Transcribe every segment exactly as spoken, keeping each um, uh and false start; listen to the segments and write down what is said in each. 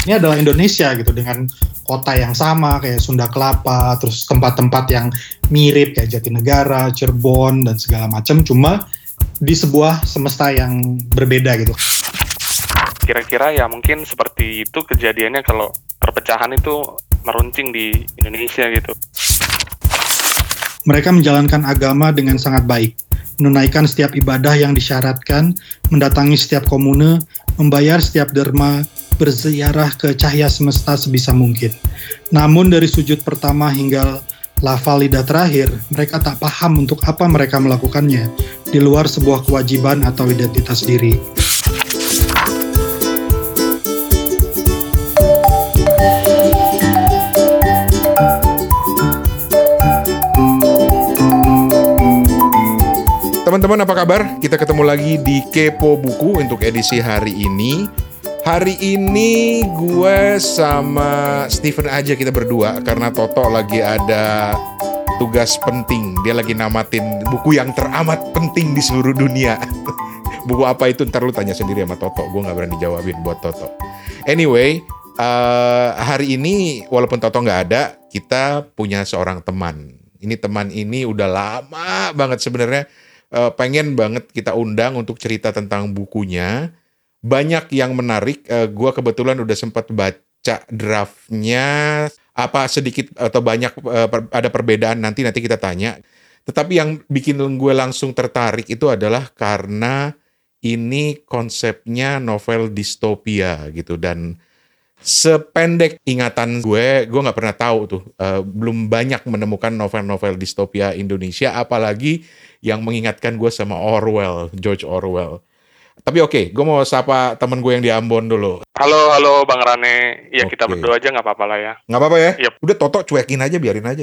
ini adalah Indonesia gitu, dengan kota yang sama kayak Sunda Kelapa, terus tempat-tempat yang mirip kayak Jatinegara, Cirebon dan segala macam, cuma di sebuah semesta yang berbeda gitu. Kira-kira ya mungkin seperti itu kejadiannya kalau perpecahan itu meruncing di Indonesia gitu. Mereka menjalankan agama dengan sangat baik, menunaikan setiap ibadah yang disyaratkan, mendatangi setiap komune, membayar setiap derma, berziarah ke cahaya semesta sebisa mungkin. Namun dari sujud pertama hingga lafal lidah terakhir, mereka tak paham untuk apa mereka melakukannya, di luar sebuah kewajiban atau identitas diri. Teman-teman, apa kabar? Kita ketemu lagi di Kepo Buku untuk edisi hari ini. Hari ini gue sama Steven aja kita berdua, karena Toto lagi ada tugas penting. Dia lagi namatin buku yang teramat penting di seluruh dunia. Buku apa itu? Ntar lu tanya sendiri sama Toto. Gue gak berani jawabin buat Toto. Anyway, uh, hari ini walaupun Toto gak ada, kita punya seorang teman. Ini teman ini udah lama banget sebenarnya. Uh, pengen banget kita undang untuk cerita tentang bukunya. Banyak yang menarik. uh, Gue kebetulan udah sempat baca draftnya. Apa sedikit atau banyak uh, per, ada perbedaan nanti nanti kita tanya. Tetapi yang bikin gue langsung tertarik itu adalah karena ini konsepnya novel distopia gitu. Dan sependek ingatan gue, gue nggak pernah tahu tuh, uh, belum banyak menemukan novel-novel distopia Indonesia, apalagi yang mengingatkan gue sama Orwell, George Orwell. Tapi oke, okay, gue mau sapa temen gue yang di Ambon dulu. Halo, halo Bang Rane. Ya okay. Kita berdua aja nggak apa-apa lah ya. Nggak apa-apa ya? Yep. Udah Toto cuekin aja, biarin aja.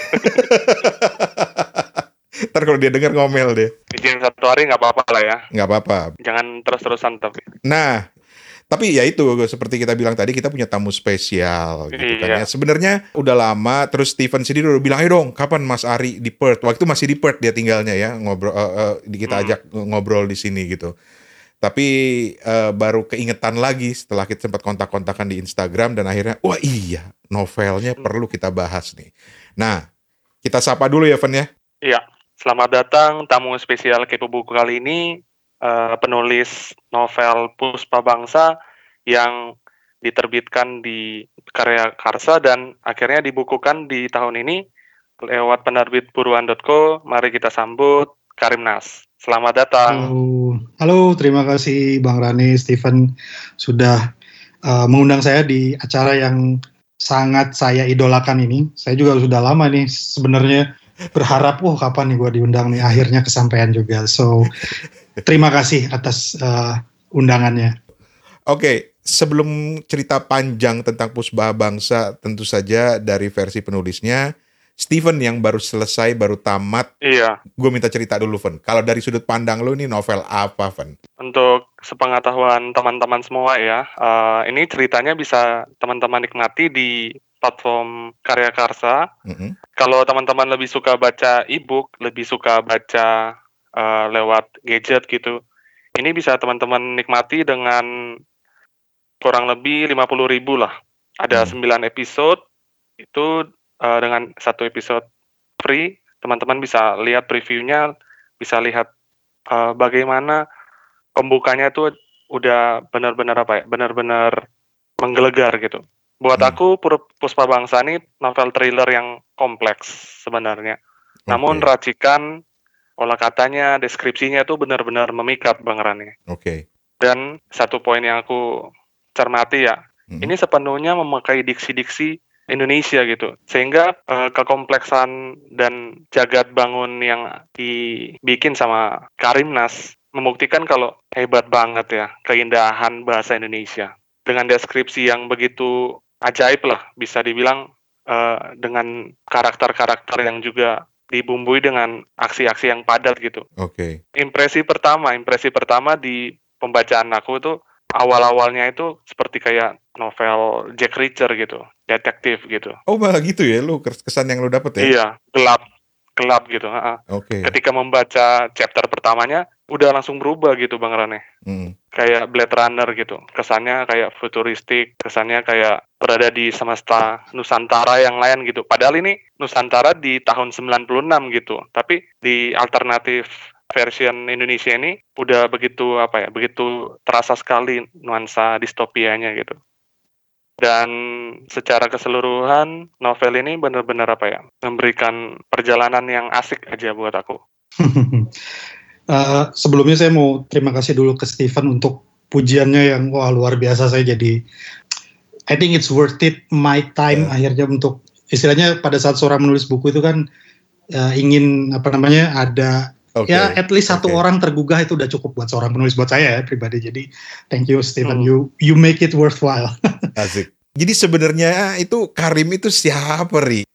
Ntar kalau dia denger ngomel deh. Izin satu hari nggak apa-apa lah ya. Nggak apa-apa. Jangan terus-terusan tapi. Nah. Tapi ya itu, seperti kita bilang tadi, kita punya tamu spesial gitu iya. kan ya. Sebenarnya udah lama, terus Steven sendiri udah bilang, ayo dong, kapan Mas Ari di Perth? Waktu itu masih di Perth dia tinggalnya ya, ngobrol, uh, uh, kita ajak hmm. ngobrol di sini gitu. Tapi uh, baru keingetan lagi setelah kita sempat kontak-kontakan di Instagram, dan akhirnya, wah iya, novelnya hmm. perlu kita bahas nih. Nah, kita sapa dulu ya, Fen ya. Iya, selamat datang tamu spesial Kepo Buku kali ini. Uh, penulis novel Puspa Bangsa yang diterbitkan di Karya Karsa dan akhirnya dibukukan di tahun ini lewat penerbit buruan dot co. Mari kita sambut Karim Nas. Selamat datang. Halo, Halo terima kasih Bang Rane, Steven sudah uh, mengundang saya di acara yang sangat saya idolakan ini. Saya juga sudah lama nih sebenarnya berharap, wah kapan nih gue diundang nih, akhirnya kesampaian juga. So terima kasih atas uh, undangannya. Oke, sebelum cerita panjang tentang Puspa Bangsa, tentu saja dari versi penulisnya, Steven yang baru selesai, baru tamat. Iya. Gue minta cerita dulu, Fen. Kalau dari sudut pandang lo, ini novel apa, Fen? Untuk sepengetahuan teman-teman semua ya, uh, ini ceritanya bisa teman-teman nikmati di platform Karya Karsa. Mm-hmm. Kalau teman-teman lebih suka baca e-book, lebih suka baca Uh, lewat gadget gitu, ini bisa teman-teman nikmati dengan kurang lebih lima puluh ribu lah. Ada hmm. sembilan episode, itu uh, dengan satu episode free, teman-teman bisa lihat previewnya, bisa lihat uh, bagaimana pembukanya tuh udah benar-benar apa ya, benar-benar menggelegar gitu. Buat hmm. aku, Puspa Bangsa ini novel thriller yang kompleks sebenarnya. Okay. Namun racikan olah katanya, deskripsinya itu benar-benar memikat, Bang Rane. Oke. Okay. Dan satu poin yang aku cermati ya, hmm. ini sepenuhnya memakai diksi-diksi Indonesia gitu. Sehingga uh, kekompleksan dan jagat bangun yang dibikin sama Karim Nas membuktikan kalau hebat banget ya keindahan bahasa Indonesia. Dengan deskripsi yang begitu ajaib lah, bisa dibilang uh, dengan karakter-karakter yang juga dibumbui dengan aksi-aksi yang padat gitu. Oke. Okay. Impresi pertama, impresi pertama di pembacaan aku tuh awal-awalnya itu seperti kayak novel Jack Reacher gitu, detektif gitu. Oh malah gitu ya, lu kesan yang lu dapet ya? Iya, gelap, gelap gitu. Oke. Okay. Ketika membaca chapter pertamanya, udah langsung berubah gitu Bang Rane. Hmm. kayak Blade Runner gitu. Kesannya kayak futuristik, kesannya kayak berada di semesta Nusantara yang lain gitu. Padahal ini Nusantara di tahun sembilan puluh enam gitu. Tapi di alternatif version Indonesia ini udah begitu apa ya, begitu terasa sekali nuansa distopianya gitu. Dan secara keseluruhan novel ini benar-benar apa ya, memberikan perjalanan yang asik aja buat aku. Uh, sebelumnya saya mau terima kasih dulu ke Steven untuk pujiannya yang wah luar biasa. Saya jadi I think it's worth it my time yeah. akhirnya untuk istilahnya pada saat seorang menulis buku itu kan uh, ingin apa namanya ada okay. ya at least satu okay. orang tergugah itu udah cukup buat seorang penulis, buat saya ya pribadi. Jadi thank you Steven, hmm. you you make it worthwhile. Asik. Jadi sebenarnya itu Karim itu siapa, Ri?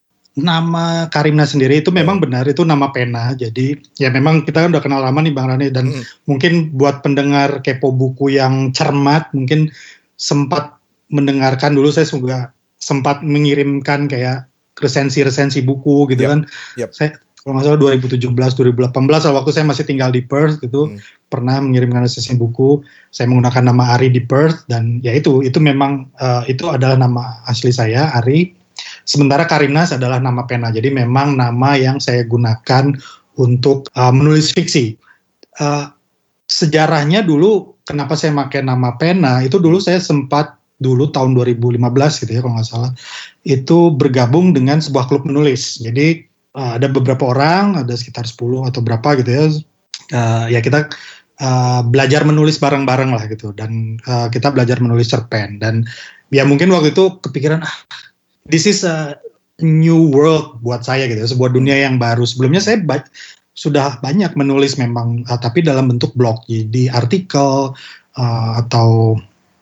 Nama Karimna sendiri itu memang benar itu nama pena. Jadi ya memang kita kan udah kenal lama nih Bang Rani dan hmm. mungkin buat pendengar Kepo Buku yang cermat mungkin sempat mendengarkan dulu, saya juga sempat mengirimkan kayak resensi-resensi buku gitu yep. kan. Yep. Saya kalau nggak salah dua ribu tujuh belas dua ribu delapan belas waktu saya masih tinggal di Perth gitu hmm. pernah mengirimkan resensi buku. Saya menggunakan nama Ari di Perth dan ya itu itu memang uh, itu adalah nama asli saya Ari. Sementara Karimnas adalah nama pena, jadi memang nama yang saya gunakan untuk uh, menulis fiksi. Uh, sejarahnya dulu, kenapa saya pakai nama pena, itu dulu saya sempat, dulu tahun dua ribu lima belas gitu ya kalau nggak salah, itu bergabung dengan sebuah klub menulis. Jadi uh, ada beberapa orang, ada sekitar sepuluh atau berapa gitu ya, uh, ya kita uh, belajar menulis bareng-bareng lah gitu, dan uh, kita belajar menulis cerpen. Dan ya mungkin waktu itu kepikiran, ah, this is a new world buat saya gitu, sebuah dunia yang baru. Sebelumnya saya ba- sudah banyak menulis memang, uh, tapi dalam bentuk blog, jadi artikel uh, atau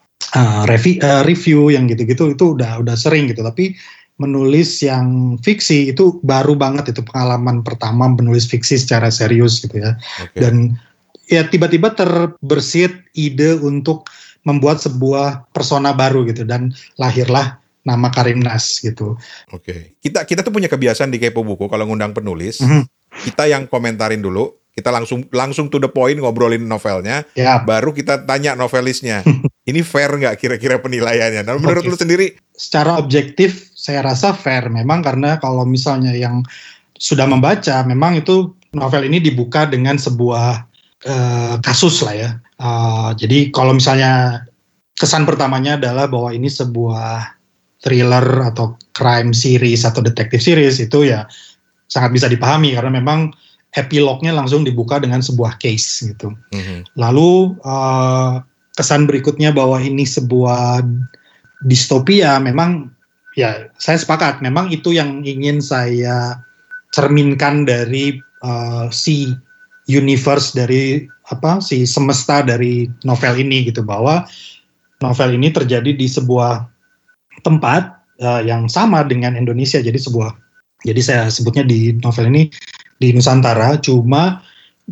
uh, revi- uh, review yang gitu-gitu itu udah udah sering gitu. Tapi menulis yang fiksi itu baru banget, itu pengalaman pertama menulis fiksi secara serius gitu ya. Okay. Dan ya tiba-tiba terbersit ide untuk membuat sebuah persona baru gitu, dan lahirlah nama Karimnas gitu. Oke, okay. kita kita tuh punya kebiasaan di Kepo Buku kalau ngundang penulis, mm-hmm. kita yang komentarin dulu, kita langsung langsung to the point ngobrolin novelnya, yeah. baru kita tanya novelisnya, ini fair nggak kira-kira penilaiannya? Nah, menurut okay. lu sendiri? Secara objektif, saya rasa fair memang, karena kalau misalnya yang sudah membaca, memang itu novel ini dibuka dengan sebuah uh, kasus lah ya. Uh, jadi kalau misalnya kesan pertamanya adalah bahwa ini sebuah thriller atau crime series atau detective series, itu ya sangat bisa dipahami karena memang epilognya langsung dibuka dengan sebuah case gitu. Mm-hmm. Lalu uh, kesan berikutnya bahwa ini sebuah distopia, memang ya saya sepakat, memang itu yang ingin saya cerminkan dari uh, si universe dari apa si semesta dari novel ini gitu, bahwa novel ini terjadi di sebuah tempat uh, yang sama dengan Indonesia, jadi sebuah, jadi saya sebutnya di novel ini di Nusantara, cuma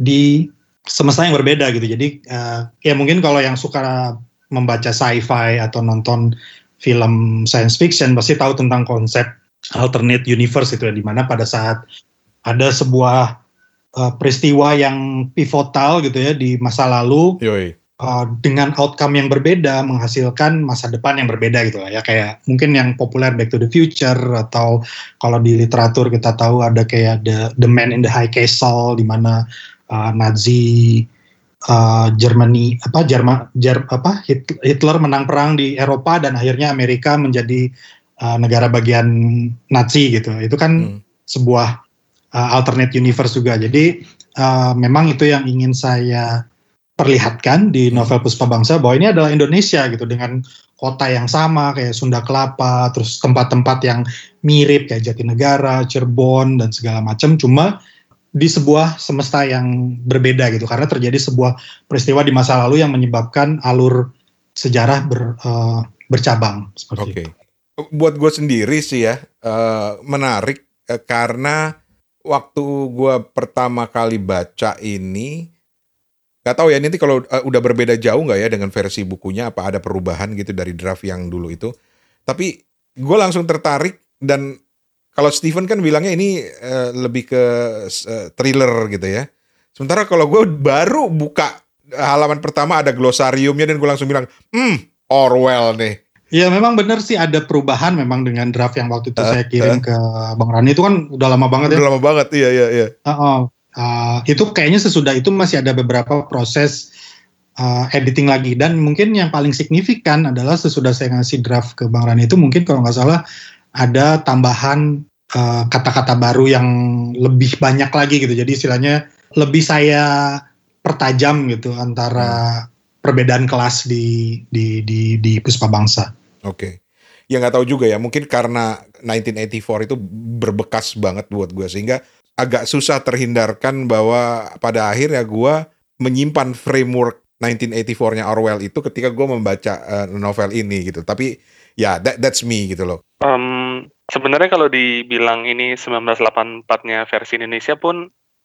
di semesta yang berbeda gitu. Jadi uh, ya mungkin kalau yang suka membaca sci-fi atau nonton film science fiction pasti tahu tentang konsep alternate universe itu ya, di mana pada saat ada sebuah uh, peristiwa yang pivotal gitu ya di masa lalu. Yoi. Uh, dengan outcome yang berbeda menghasilkan masa depan yang berbeda gitu lah ya, kayak mungkin yang populer Back to the Future, atau kalau di literatur kita tahu ada kayak The, the Man in the High Castle, di mana uh, Nazi uh, Germany apa Jerman Jer, apa Hitler menang perang di Eropa dan akhirnya Amerika menjadi uh, negara bagian Nazi gitu. Itu kan hmm. sebuah uh, alternate universe juga. Jadi uh, memang itu yang ingin saya perlihatkan di novel Puspa Bangsa, bahwa ini adalah Indonesia gitu, dengan kota yang sama kayak Sunda Kelapa, terus tempat-tempat yang mirip kayak Jatinegara, Cirebon dan segala macam, cuma di sebuah semesta yang berbeda gitu, karena terjadi sebuah peristiwa di masa lalu yang menyebabkan alur sejarah ber, uh, bercabang. Oke, okay. Buat gue sendiri sih ya uh, menarik uh, karena waktu gue pertama kali baca ini, gak tahu ya nanti kalau uh, udah berbeda jauh nggak ya dengan versi bukunya, apa ada perubahan gitu dari draft yang dulu itu. Tapi gue langsung tertarik, dan kalau Steven kan bilangnya ini uh, lebih ke uh, thriller gitu ya. Sementara kalau gue baru buka halaman pertama ada glosariumnya dan gue langsung bilang, hmm, Orwell nih. Ya memang benar sih ada perubahan memang dengan draft yang waktu itu uh, saya kirim uh, ke Bang Rani itu kan udah lama banget udah ya. Udah lama banget, iya iya iya. Uh, uh, uh, itu kayaknya sesudah itu masih ada beberapa proses uh, editing lagi dan mungkin yang paling signifikan adalah sesudah saya ngasih draft ke Bang Rani itu mungkin kalau nggak salah ada tambahan uh, kata-kata baru yang lebih banyak lagi gitu. Jadi istilahnya lebih saya pertajam gitu antara hmm. perbedaan kelas di di di di Puspa Bangsa. Oke, okay. Ya nggak tahu juga ya. Mungkin karena nineteen eighty-four itu berbekas banget buat gue sehingga agak susah terhindarkan bahwa pada akhirnya gue menyimpan framework nineteen eighty-four-nya Orwell itu ketika gue membaca uh, novel ini gitu. Tapi ya yeah, that, that's me gitu loh. Um, sebenarnya kalau dibilang ini nineteen eighty-four-nya versi Indonesia pun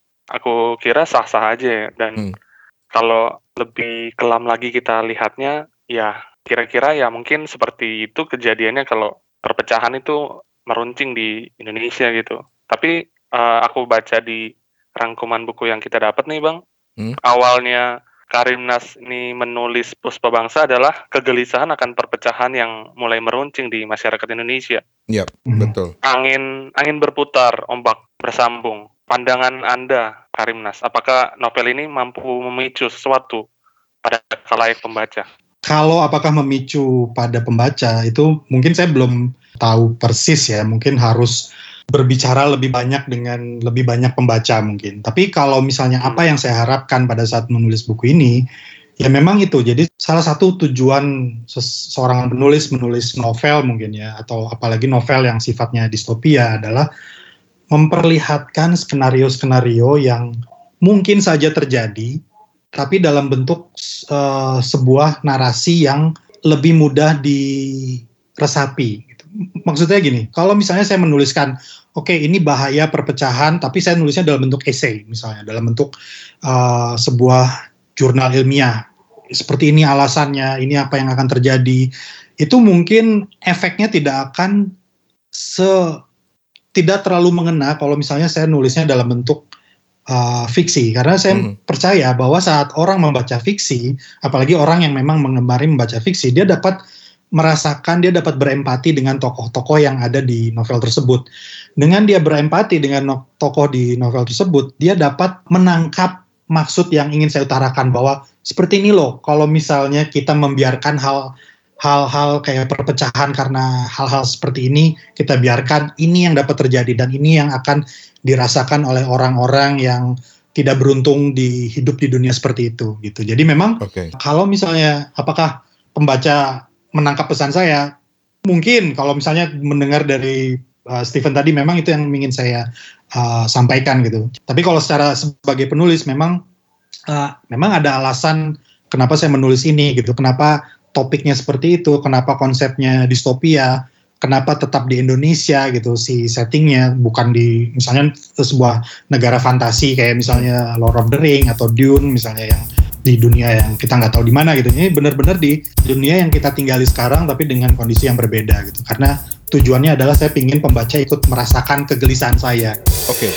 aku kira sah-sah aja dan hmm. kalau lebih kelam lagi kita lihatnya, ya kira-kira ya mungkin seperti itu kejadiannya kalau perpecahan itu meruncing di Indonesia gitu. Tapi uh, aku baca di rangkuman buku yang kita dapat nih Bang, hmm? awalnya Karimnas ini menulis Puspa Bangsa adalah kegelisahan akan perpecahan yang mulai meruncing di masyarakat Indonesia. Iya, hmm. betul. Angin angin berputar, ombak bersambung. Pandangan Anda, Karimnas, apakah novel ini mampu memicu sesuatu pada khalayak pembaca? Kalau apakah memicu pada pembaca, itu mungkin saya belum tahu persis ya. Mungkin harus berbicara lebih banyak dengan lebih banyak pembaca mungkin. Tapi kalau misalnya hmm. apa yang saya harapkan pada saat menulis buku ini, ya memang itu. Jadi salah satu tujuan seorang penulis menulis novel mungkin ya, atau apalagi novel yang sifatnya distopia adalah memperlihatkan skenario-skenario yang mungkin saja terjadi, tapi dalam bentuk uh, sebuah narasi yang lebih mudah diresapi. Maksudnya gini, kalau misalnya saya menuliskan, oke okay, ini bahaya perpecahan, tapi saya nulisnya dalam bentuk esai, misalnya dalam bentuk uh, sebuah jurnal ilmiah, seperti ini alasannya, ini apa yang akan terjadi, itu mungkin efeknya tidak akan se tidak terlalu mengena kalau misalnya saya nulisnya dalam bentuk uh, fiksi. Karena saya hmm. percaya bahwa saat orang membaca fiksi, apalagi orang yang memang mengemari membaca fiksi, dia dapat merasakan, dia dapat berempati dengan tokoh-tokoh yang ada di novel tersebut. Dengan dia berempati dengan no- tokoh di novel tersebut, dia dapat menangkap maksud yang ingin saya utarakan bahwa seperti ini loh, kalau misalnya kita membiarkan hal hal-hal kayak perpecahan karena hal-hal seperti ini, kita biarkan, ini yang dapat terjadi dan ini yang akan dirasakan oleh orang-orang yang tidak beruntung di hidup di dunia seperti itu gitu. Jadi memang okay. kalau misalnya apakah pembaca menangkap pesan saya, mungkin kalau misalnya mendengar dari uh, Stephen tadi memang itu yang ingin saya uh, sampaikan gitu. Tapi kalau secara sebagai penulis memang uh, memang ada alasan kenapa saya menulis ini gitu. Kenapa topiknya seperti itu, kenapa konsepnya distopia, kenapa tetap di Indonesia gitu si settingnya, bukan di misalnya sebuah negara fantasi kayak misalnya Lord of the Ring atau Dune misalnya yang di dunia yang kita nggak tahu di mana gitu. Ini benar-benar di dunia yang kita tinggali sekarang tapi dengan kondisi yang berbeda gitu. Karena tujuannya adalah saya ingin pembaca ikut merasakan kegelisahan saya. Oke. Okay.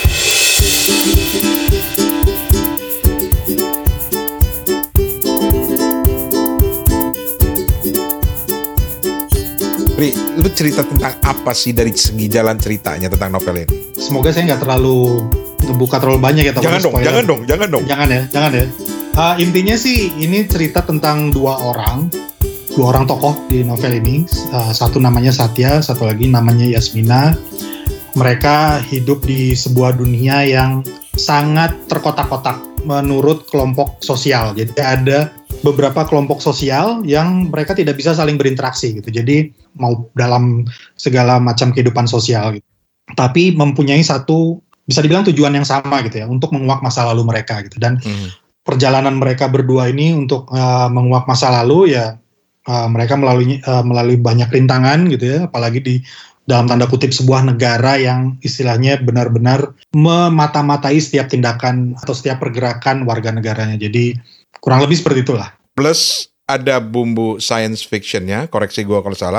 Ri, lu cerita tentang apa sih dari segi jalan ceritanya tentang novel ini? Semoga saya nggak terlalu ngebuka terlalu banyak ya. Jangan dong, jangan dong, jangan dong. Jangan ya, jangan ya. Uh, intinya sih ini cerita tentang dua orang, dua orang tokoh di novel ini. Uh, satu namanya Satya, satu lagi namanya Yasmina. Mereka hidup di sebuah dunia yang sangat terkotak-kotak menurut kelompok sosial. Jadi ada beberapa kelompok sosial yang mereka tidak bisa saling berinteraksi gitu. Jadi mau dalam segala macam kehidupan sosial gitu. Tapi mempunyai satu bisa dibilang tujuan yang sama gitu ya, untuk menguak masa lalu mereka gitu. Dan hmm. perjalanan mereka berdua ini untuk uh, menguak masa lalu ya uh, mereka melalui uh, melalui banyak rintangan gitu ya, apalagi di dalam tanda kutip sebuah negara yang istilahnya benar-benar memata-matai setiap tindakan atau setiap pergerakan warga negaranya. Jadi kurang lebih seperti itulah. Plus ada bumbu science fiction-nya, koreksi gua kalau salah.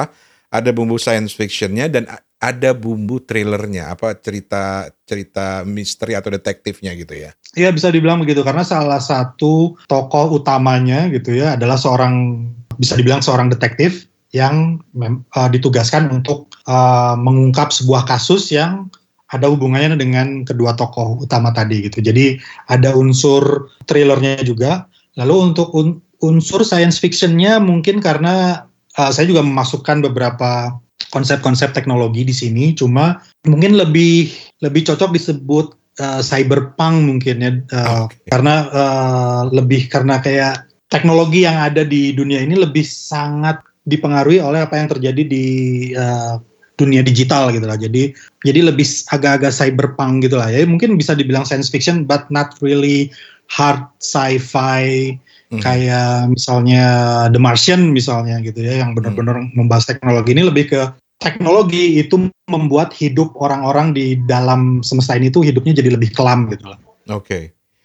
ada bumbu science fictionnya dan ada bumbu thrillernya, apa cerita cerita misteri atau detektifnya gitu ya. Iya, bisa dibilang begitu karena salah satu tokoh utamanya gitu ya adalah seorang, bisa dibilang seorang detektif yang uh, ditugaskan untuk uh, mengungkap sebuah kasus yang ada hubungannya dengan kedua tokoh utama tadi gitu. Jadi ada unsur thrillernya juga. Lalu untuk un- unsur science fictionnya mungkin karena uh, saya juga memasukkan beberapa konsep-konsep teknologi di sini, cuma mungkin lebih lebih cocok disebut uh, cyberpunk mungkin ya, uh, okay. karena uh, lebih karena kayak teknologi yang ada di dunia ini lebih sangat dipengaruhi oleh apa yang terjadi di uh, dunia digital gitu lah. Jadi jadi lebih agak-agak cyberpunk gitu lah ya. Mungkin bisa dibilang science fiction but not really hard sci-fi. Hmm. Kayak misalnya The Martian misalnya gitu ya, yang benar-benar hmm. membahas teknologi. Ini lebih ke teknologi itu membuat hidup orang-orang di dalam semesta ini tuh hidupnya jadi lebih kelam gitu lah. Oke. Okay.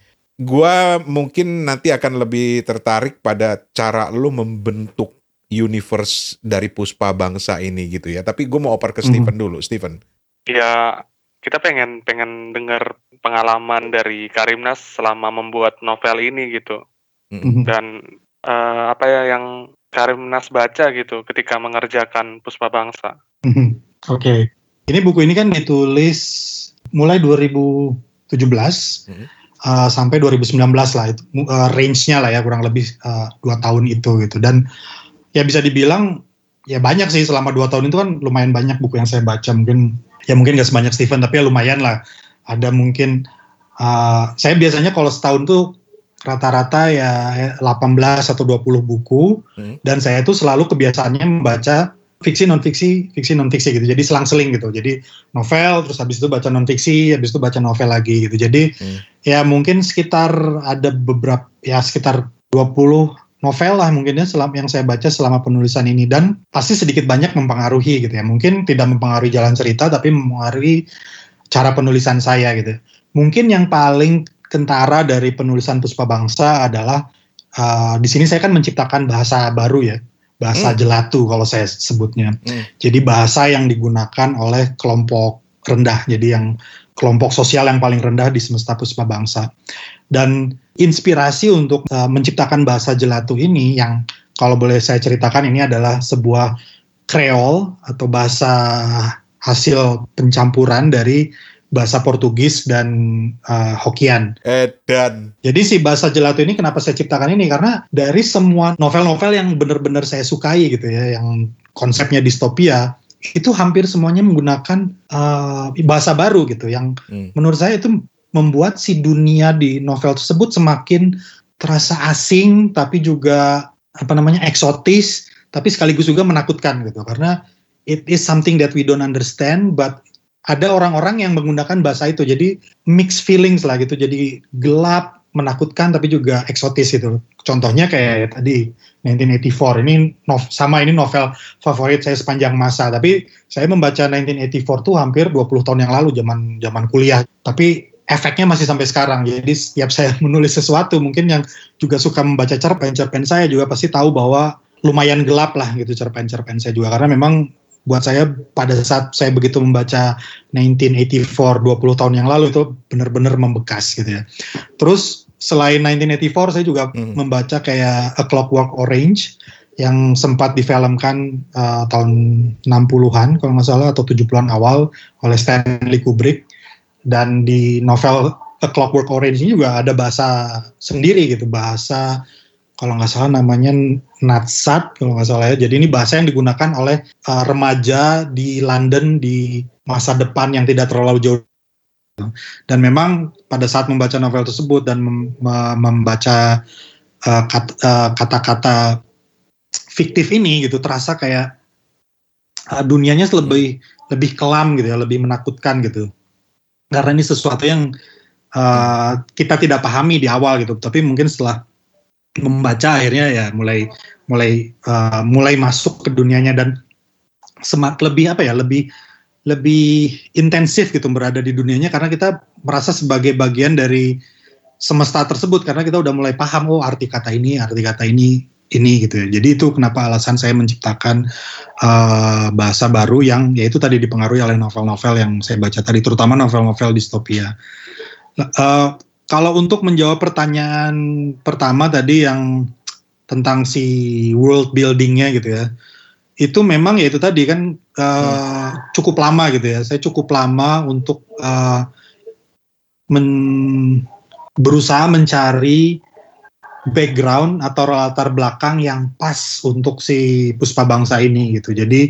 Gua mungkin nanti akan lebih tertarik pada cara lu membentuk universe dari Puspa Bangsa ini gitu ya. Tapi gue mau oper ke Stephen hmm. dulu. Stephen. Ya, kita pengen pengen dengar pengalaman dari Karimnas selama membuat novel ini gitu. Mm-hmm. Dan uh, apa ya yang Karimnas baca gitu ketika mengerjakan Puspa Bangsa. Mm-hmm. Oke, okay. Ini buku ini kan ditulis mulai dua ribu tujuh belas mm-hmm. uh, sampai dua ribu sembilan belas lah itu uh, range-nya lah ya kurang lebih uh, dua tahun itu gitu. Dan ya bisa dibilang ya banyak sih selama dua tahun itu kan lumayan banyak buku yang saya baca. Mungkin ya mungkin nggak sebanyak Stephen tapi ya lumayan lah. Ada mungkin uh, saya biasanya kalau setahun tuh rata-rata ya delapan belas atau dua puluh buku hmm. dan saya tuh selalu kebiasaannya membaca fiksi non fiksi fiksi non fiksi gitu, jadi selang-seling gitu, jadi novel terus habis itu baca non fiksi, habis itu baca novel lagi gitu. Jadi hmm. ya mungkin sekitar ada beberapa ya sekitar dua puluh novel lah mungkin ya selama yang saya baca selama penulisan ini, dan pasti sedikit banyak mempengaruhi gitu ya, mungkin tidak mempengaruhi jalan cerita tapi mempengaruhi cara penulisan saya gitu. Mungkin yang paling kentara dari penulisan Puspa Bangsa adalah uh, di sini saya kan menciptakan bahasa baru ya, bahasa hmm. jelatu kalau saya sebutnya. Hmm. Jadi bahasa yang digunakan oleh kelompok rendah, jadi yang kelompok sosial yang paling rendah di semesta Puspa Bangsa. Dan inspirasi untuk uh, menciptakan bahasa jelatu ini yang kalau boleh saya ceritakan ini adalah sebuah Kreol atau bahasa hasil pencampuran dari bahasa Portugis dan uh, Hokkien. Edan. Jadi si bahasa jelatu ini kenapa saya ciptakan ini? Karena dari semua novel-novel yang benar-benar saya sukai gitu ya, yang konsepnya distopia, itu hampir semuanya menggunakan uh, bahasa baru gitu, yang hmm. menurut saya itu membuat si dunia di novel tersebut semakin terasa asing, tapi juga apa namanya eksotis, tapi sekaligus juga menakutkan gitu. Karena it is something that we don't understand, but ada orang-orang yang menggunakan bahasa itu, jadi mixed feelings lah gitu, jadi gelap, menakutkan tapi juga eksotis gitu. Contohnya kayak tadi nineteen eighty-four ini nov- sama ini novel favorit saya sepanjang masa, tapi saya membaca nineteen eighty-four tuh hampir dua puluh tahun yang lalu, zaman zaman kuliah, tapi efeknya masih sampai sekarang. Jadi setiap saya menulis sesuatu, mungkin yang juga suka membaca cerpen-cerpen saya juga pasti tahu bahwa lumayan gelap lah gitu cerpen-cerpen saya juga, karena memang buat saya pada saat saya begitu membaca nineteen eighty-four dua puluh tahun yang lalu itu benar-benar membekas gitu ya. Terus selain nineteen eighty-four saya juga hmm. membaca kayak A Clockwork Orange yang sempat difilmkan uh, tahun enam puluhan kalau nggak salah atau tujuh puluhan awal oleh Stanley Kubrick, dan di novel A Clockwork Orange ini juga ada bahasa sendiri gitu, bahasa kalau nggak salah namanya Natsat kalau nggak salah ya. Jadi ini bahasa yang digunakan oleh uh, remaja di London di masa depan yang tidak terlalu jauh. Dan memang pada saat membaca novel tersebut dan mem- membaca uh, kat- uh, kata-kata fiktif ini gitu, terasa kayak uh, dunianya lebih lebih kelam gitu ya, lebih menakutkan gitu. Karena ini sesuatu yang uh, kita tidak pahami di awal gitu, tapi mungkin setelah membaca akhirnya ya mulai mulai uh, mulai masuk ke dunianya dan semak lebih apa ya lebih lebih intensif gitu berada di dunianya, karena kita merasa sebagai bagian dari semesta tersebut, karena kita udah mulai paham oh arti kata ini arti kata ini ini gitu ya. Jadi itu kenapa alasan saya menciptakan uh, bahasa baru yang yaitu tadi dipengaruhi oleh novel-novel yang saya baca tadi, terutama novel-novel distopia. Uh, kalau untuk menjawab pertanyaan pertama tadi yang tentang si world building-nya gitu ya, itu memang ya itu tadi kan uh, hmm. cukup lama gitu ya. Saya cukup lama untuk uh, men- berusaha mencari background atau latar belakang yang pas untuk si Puspa Bangsa ini gitu. Jadi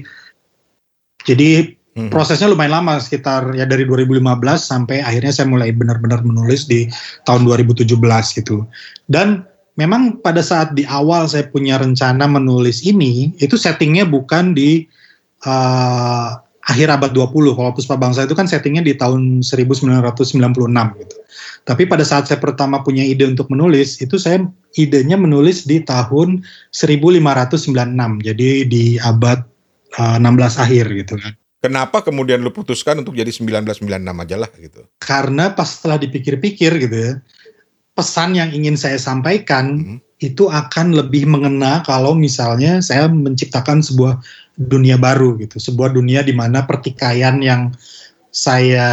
jadi hmm. prosesnya lumayan lama, sekitar ya dari dua ribu lima belas sampai akhirnya saya mulai benar-benar menulis di tahun dua ribu tujuh belas gitu. Dan memang pada saat di awal saya punya rencana menulis ini, itu settingnya bukan di uh, akhir abad dua puluh. Kalau Puspa Bangsa itu kan settingnya di tahun seribu sembilan ratus sembilan puluh enam gitu. Tapi pada saat saya pertama punya ide untuk menulis, itu saya idenya menulis di tahun seribu lima ratus sembilan puluh enam. Jadi di abad uh, enam belas akhir gitu kan. Kenapa kemudian lu putuskan untuk jadi seribu sembilan ratus sembilan puluh enam aja lah gitu? Karena pas setelah dipikir-pikir gitu ya, pesan yang ingin saya sampaikan hmm. itu akan lebih mengena kalau misalnya saya menciptakan sebuah dunia baru gitu. Sebuah dunia di mana pertikaian yang saya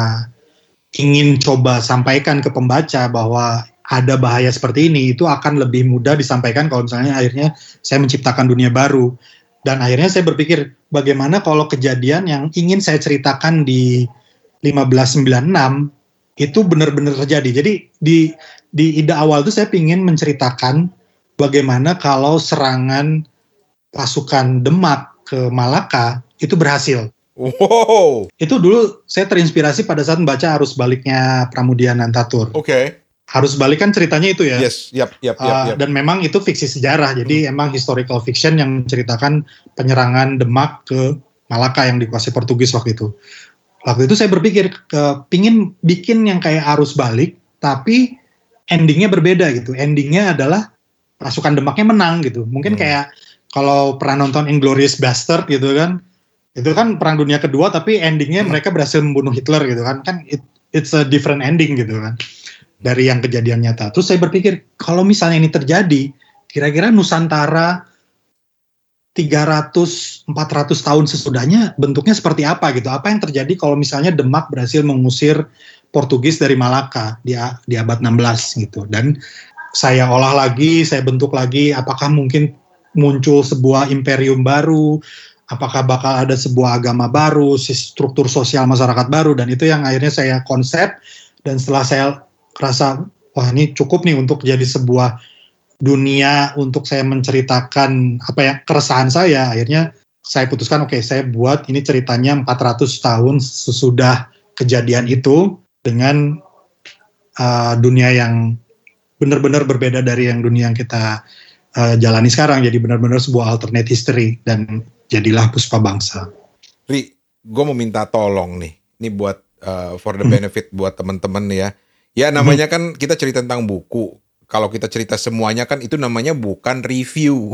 ingin coba sampaikan ke pembaca bahwa ada bahaya seperti ini, itu akan lebih mudah disampaikan kalau misalnya akhirnya saya menciptakan dunia baru. Dan akhirnya saya berpikir bagaimana kalau kejadian yang ingin saya ceritakan di seribu lima ratus sembilan puluh enam itu benar-benar terjadi. Jadi di di ide awal itu saya ingin menceritakan bagaimana kalau serangan pasukan Demak ke Malaka itu berhasil. Wow. Itu dulu saya terinspirasi pada saat membaca Arus Baliknya Pramudia Nantatur. Oke. Okay. Arus Balik kan ceritanya itu ya. Yes, yap, yap, yap, uh, yap. Dan memang itu fiksi sejarah, jadi hmm. emang historical fiction yang menceritakan penyerangan Demak ke Malaka yang dikuasai Portugis waktu itu. Waktu itu saya berpikir ke, pingin bikin yang kayak Arus Balik, tapi endingnya berbeda gitu. Endingnya adalah pasukan Demaknya menang gitu. Mungkin hmm. kayak kalau pernah nonton Inglourious Bastard gitu kan, itu kan perang dunia kedua tapi endingnya hmm. mereka berhasil membunuh Hitler gitu kan. Kan it, it's a different ending gitu kan dari yang kejadian nyata. Terus saya berpikir kalau misalnya ini terjadi, kira-kira Nusantara tiga ratus sampai empat ratus tahun sesudahnya bentuknya seperti apa gitu. Apa yang terjadi kalau misalnya Demak berhasil mengusir Portugis dari Malaka di, di abad enam belas gitu. Dan saya olah lagi, saya bentuk lagi, apakah mungkin muncul sebuah imperium baru, apakah bakal ada sebuah agama baru, struktur sosial masyarakat baru, dan itu yang akhirnya saya konsep. Dan setelah saya rasa, wah ini cukup nih untuk jadi sebuah dunia untuk saya menceritakan apa ya keresahan saya, akhirnya saya putuskan oke okay, saya buat ini ceritanya empat ratus tahun sesudah kejadian itu dengan uh, dunia yang benar-benar berbeda dari yang dunia yang kita uh, jalani sekarang. Jadi benar-benar sebuah alternate history dan jadilah Puspa Bangsa. Ri, gue mau minta tolong nih, ini buat uh, for the benefit hmm. buat teman-teman ya. Ya namanya hmm. kan kita cerita tentang buku. Kalau kita cerita semuanya kan itu namanya bukan review.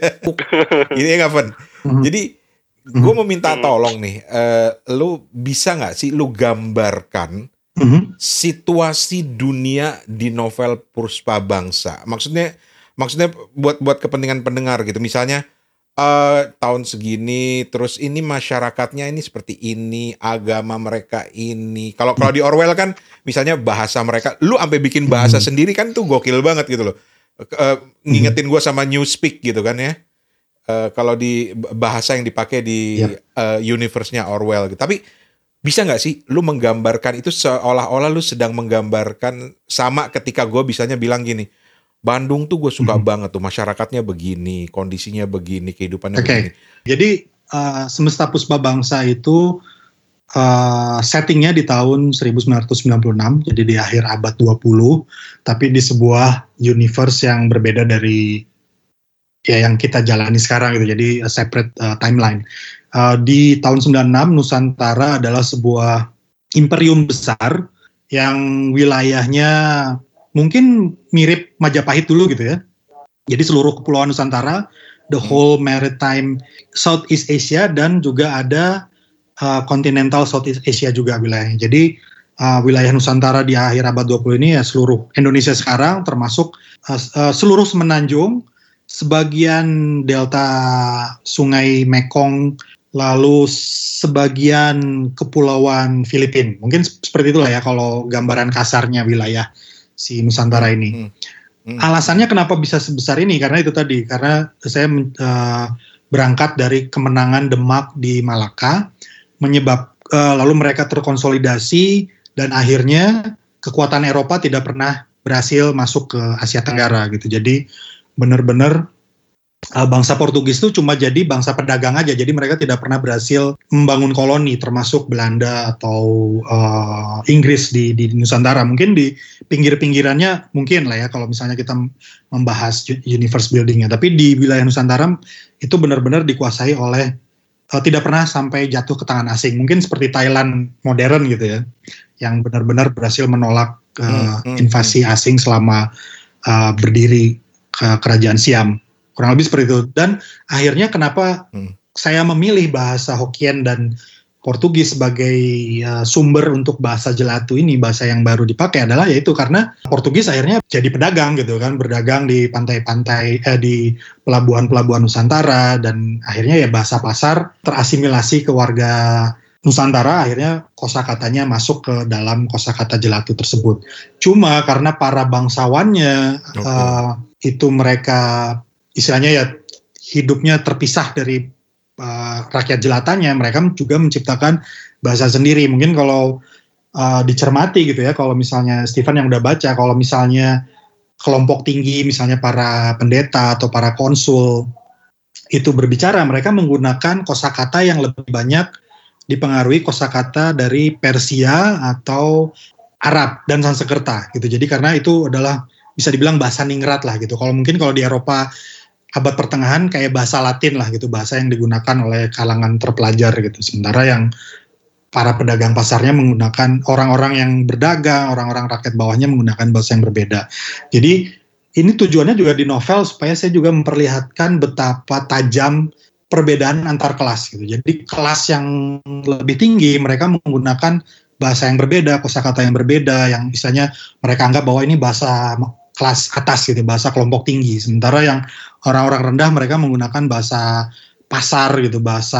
Ini ya Gavan. Hmm. Jadi gue mau minta tolong nih, uh, lu bisa nggak sih lu gambarkan hmm. situasi dunia di novel Puspa Bangsa? Maksudnya, maksudnya buat buat kepentingan pendengar gitu. Misalnya uh, tahun segini, terus ini masyarakatnya ini seperti ini, agama mereka ini. Kalau kalau di Orwell kan, misalnya bahasa mereka, lu sampai bikin bahasa hmm. sendiri kan tuh gokil banget gitu loh. Uh, ngingetin gue sama Newspeak gitu kan ya. Uh, kalau di bahasa yang dipakai di yep. uh, universe-nya Orwell gitu. Tapi bisa nggak sih lu menggambarkan itu seolah-olah lu sedang menggambarkan sama ketika gue bisanya bilang gini, Bandung tuh gue suka mm-hmm. banget tuh, masyarakatnya begini, kondisinya begini, kehidupannya okay. begini. Jadi uh, Semesta Puspa Bangsa itu uh, settingnya di tahun seribu sembilan ratus sembilan puluh enam, jadi di akhir abad dua puluh, tapi di sebuah universe yang berbeda dari ya yang kita jalani sekarang gitu, jadi a separate uh, timeline. Uh, di tahun sembilan puluh enam Nusantara adalah sebuah imperium besar yang wilayahnya mungkin mirip Majapahit dulu gitu ya. Jadi seluruh kepulauan Nusantara, the whole maritime Southeast Asia, dan juga ada uh, continental Southeast Asia juga wilayahnya. Jadi uh, wilayah Nusantara di akhir abad dua puluh ini ya seluruh Indonesia sekarang, termasuk uh, uh, seluruh semenanjung sebagian delta Sungai Mekong, lalu sebagian kepulauan Filipina. Mungkin seperti itulah ya kalau gambaran kasarnya wilayah si Nusantara ini. Hmm. Hmm. Alasannya kenapa bisa sebesar ini? Karena itu tadi, karena saya uh, berangkat dari kemenangan Demak di Malaka, menyebab uh, lalu mereka terkonsolidasi dan akhirnya kekuatan Eropa tidak pernah berhasil masuk ke Asia Tenggara gitu. Jadi benar-benar uh, bangsa Portugis itu cuma jadi bangsa pedagang aja. Jadi mereka tidak pernah berhasil membangun koloni, termasuk Belanda atau uh, Inggris di, di Nusantara. Mungkin di pinggir-pinggirannya mungkin lah ya kalau misalnya kita membahas universe buildingnya. Tapi di wilayah Nusantara itu benar-benar dikuasai oleh uh, tidak pernah sampai jatuh ke tangan asing. Mungkin seperti Thailand modern gitu ya, yang benar-benar berhasil menolak uh, hmm, hmm, invasi hmm. asing selama uh, berdiri ke kerajaan Siam. Kurang lebih seperti itu. Dan akhirnya kenapa hmm. saya memilih bahasa Hokkien dan Portugis sebagai uh, sumber untuk bahasa jelatu ini, bahasa yang baru dipakai adalah yaitu karena Portugis akhirnya jadi pedagang gitu kan, berdagang di pantai-pantai, eh, di pelabuhan-pelabuhan Nusantara, dan akhirnya ya bahasa pasar terasimilasi ke warga Nusantara, akhirnya kosakatanya masuk ke dalam kosakata jelatu tersebut. Cuma karena para bangsawannya okay. uh, itu mereka istilahnya ya hidupnya terpisah dari uh, rakyat jelatanya, mereka juga menciptakan bahasa sendiri. Mungkin kalau uh, dicermati gitu ya, kalau misalnya Stephen yang udah baca, kalau misalnya kelompok tinggi, misalnya para pendeta atau para konsul itu berbicara, mereka menggunakan kosakata yang lebih banyak dipengaruhi kosakata dari Persia atau Arab dan Sanskerta gitu. Jadi karena itu adalah bisa dibilang bahasa ningrat lah gitu. Kalau mungkin kalau di Eropa abad pertengahan kayak bahasa Latin lah gitu, bahasa yang digunakan oleh kalangan terpelajar gitu. Sementara yang para pedagang pasarnya menggunakan, orang-orang yang berdagang, orang-orang rakyat bawahnya menggunakan bahasa yang berbeda. Jadi ini tujuannya juga di novel supaya saya juga memperlihatkan betapa tajam perbedaan antar kelas gitu. Jadi kelas yang lebih tinggi mereka menggunakan bahasa yang berbeda, kosakata yang berbeda, yang misalnya mereka anggap bahwa ini bahasa kelas atas gitu, bahasa kelompok tinggi. Sementara yang orang-orang rendah mereka menggunakan bahasa pasar gitu, bahasa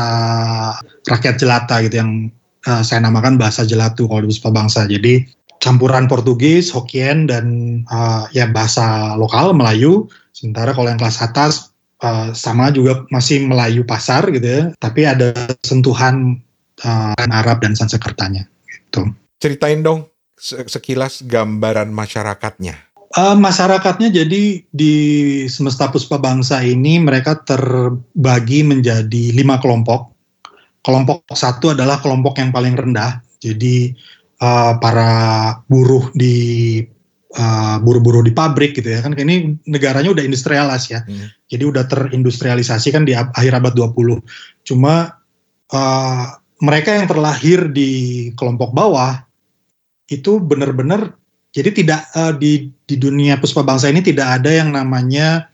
rakyat jelata gitu, yang uh, saya namakan bahasa jelatu kalau di Puspa Bangsa. Jadi campuran Portugis, Hokkien, dan uh, ya bahasa lokal Melayu. Sementara kalau yang kelas atas Uh, sama juga masih Melayu pasar gitu ya, tapi ada sentuhan uh, Arab dan Sanskertanya gitu. Ceritain dong sekilas gambaran masyarakatnya. Uh, masyarakatnya jadi di Semesta Puspa Bangsa ini mereka terbagi menjadi lima kelompok. Kelompok satu adalah kelompok yang paling rendah, jadi uh, para buruh di Uh, buru-buru di pabrik gitu ya, kan ini negaranya udah industrialis ya, hmm. jadi udah terindustrialisasi kan di akhir abad dua puluh. Cuma uh, mereka yang terlahir di kelompok bawah itu benar-benar, jadi tidak uh, di di dunia Puspa Bangsa ini tidak ada yang namanya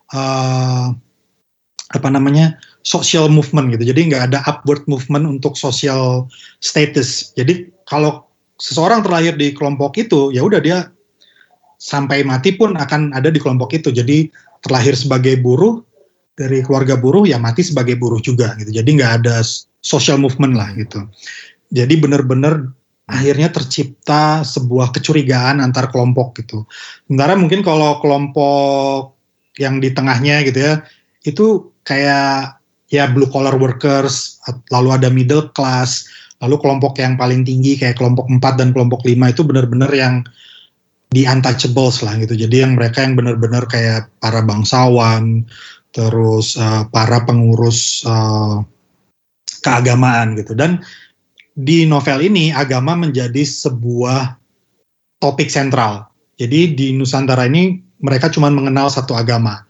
uh, apa namanya social movement gitu, jadi nggak ada upward movement untuk social status. Jadi kalau seseorang terlahir di kelompok itu ya udah dia sampai mati pun akan ada di kelompok itu. Jadi terlahir sebagai buruh, dari keluarga buruh ya mati sebagai buruh juga gitu. Jadi nggak ada social movement lah gitu. Jadi benar-benar akhirnya tercipta sebuah kecurigaan antar kelompok gitu. Sementara mungkin kalau kelompok yang di tengahnya gitu ya, itu kayak ya blue collar workers, lalu ada middle class, lalu kelompok yang paling tinggi kayak kelompok empat dan kelompok lima itu benar-benar yang the untouchables lah gitu. Jadi yang mereka yang benar-benar kayak para bangsawan, terus uh, para pengurus uh, keagamaan gitu. Dan di novel ini agama menjadi sebuah topik sentral. Jadi di Nusantara ini mereka cuma mengenal satu agama.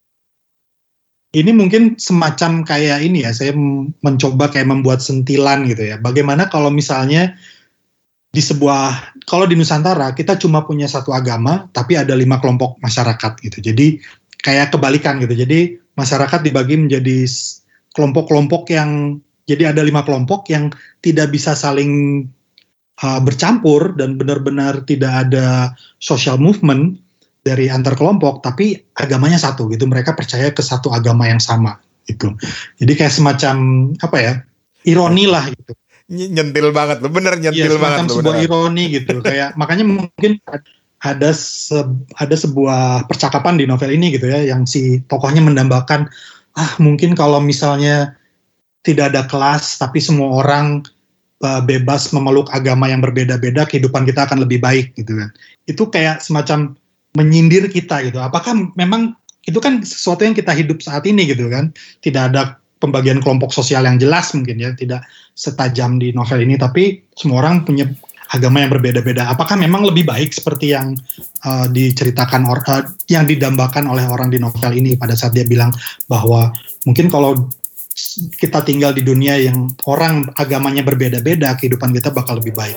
Ini mungkin semacam kayak ini ya, saya mencoba kayak membuat sentilan gitu ya. Bagaimana kalau misalnya di sebuah, kalau di Nusantara kita cuma punya satu agama tapi ada lima kelompok masyarakat gitu. Jadi kayak kebalikan gitu. Jadi masyarakat dibagi menjadi kelompok-kelompok yang, jadi ada lima kelompok yang tidak bisa saling uh, bercampur dan benar-benar tidak ada social movement. dari antar kelompok, tapi agamanya satu gitu. Mereka percaya ke satu agama yang sama gitu. Jadi kayak semacam apa ya? Ironi lah gitu. Nyentil banget loh, bener nyentil ya, banget loh. Sebuah beneran. Ironi gitu. Kayak makanya mungkin ada se, ada sebuah percakapan di novel ini gitu ya, yang si tokohnya mendambakan, ah mungkin kalau misalnya tidak ada kelas, tapi semua orang uh, bebas memeluk agama yang berbeda-beda, kehidupan kita akan lebih baik gitu kan. Itu kayak semacam menyindir kita gitu. Apakah memang itu kan sesuatu yang kita hidup saat ini gitu kan. Tidak ada pembagian kelompok sosial yang jelas mungkin ya, tidak setajam di novel ini, tapi semua orang punya agama yang berbeda-beda. Apakah memang lebih baik seperti yang uh, diceritakan or, uh, yang didambakan oleh orang di novel ini pada saat dia bilang bahwa mungkin kalau kita tinggal di dunia yang orang agamanya berbeda-beda, kehidupan kita bakal lebih baik.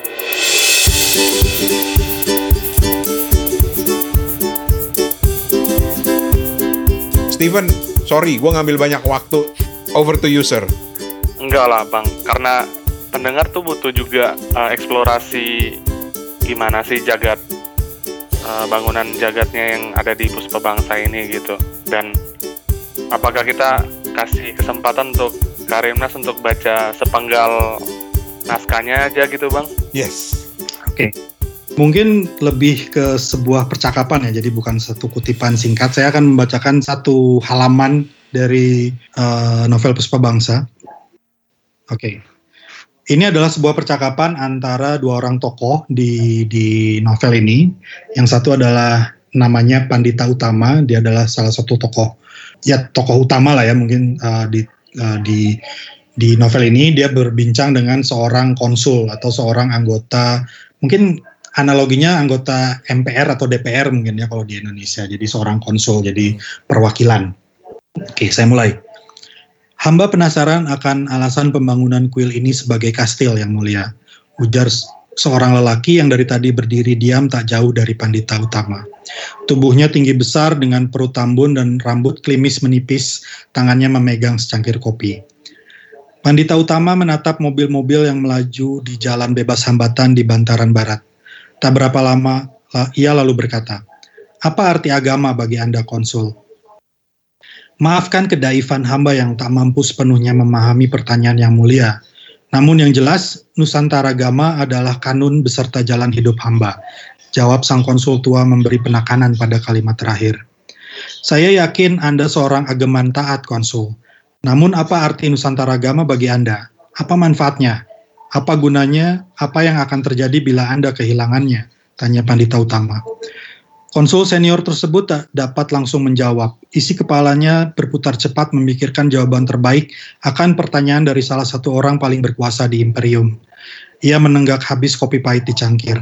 Steven, sorry, gue ngambil banyak waktu. Over to you, sir. Enggak lah, Bang. Karena pendengar tuh butuh juga uh, eksplorasi gimana sih jagat, uh, bangunan jagatnya yang ada di Puspabangsa ini gitu. Dan apakah kita kasih kesempatan untuk Karimnas untuk baca sepenggal naskahnya aja gitu, Bang? Yes. Oke. Okay. Mungkin lebih ke sebuah percakapan ya, jadi bukan satu kutipan singkat. Saya akan membacakan satu halaman dari uh, novel Puspabangsa. Oke. Okay. Ini adalah sebuah percakapan antara dua orang tokoh di di novel ini. Yang satu adalah namanya Pandita Utama, dia adalah salah satu tokoh, ya tokoh utama lah ya mungkin uh, di uh, di di novel ini. Dia berbincang dengan seorang konsul atau seorang anggota, mungkin analoginya anggota M P R atau D P R mungkin ya kalau di Indonesia. Jadi seorang konsul, jadi perwakilan. Oke, saya mulai. Hamba penasaran akan alasan pembangunan kuil ini sebagai kastil, Yang Mulia, ujar seorang lelaki yang dari tadi berdiri diam tak jauh dari Pandita Utama. Tubuhnya tinggi besar dengan perut tambun dan rambut klimis menipis, tangannya memegang secangkir kopi. Pandita Utama menatap mobil-mobil yang melaju di jalan bebas hambatan di Bantaran Barat. Tak berapa lama, ia lalu berkata, "Apa arti agama bagi Anda, konsul?" Maafkan kedaifan hamba yang tak mampu sepenuhnya memahami pertanyaan Yang Mulia. Namun yang jelas, Nusantara Gama adalah kanun beserta jalan hidup hamba. Jawab sang konsul tua memberi penekanan pada kalimat terakhir. Saya yakin Anda seorang ageman taat, konsul. Namun apa arti Nusantara Gama bagi Anda? Apa manfaatnya? Apa gunanya? Apa yang akan terjadi bila Anda kehilangannya? Tanya Pandita Utama. Konsul senior tersebut tak dapat langsung menjawab. Isi kepalanya berputar cepat memikirkan jawaban terbaik akan pertanyaan dari salah satu orang paling berkuasa di Imperium. Ia menenggak habis kopi pahit di cangkir.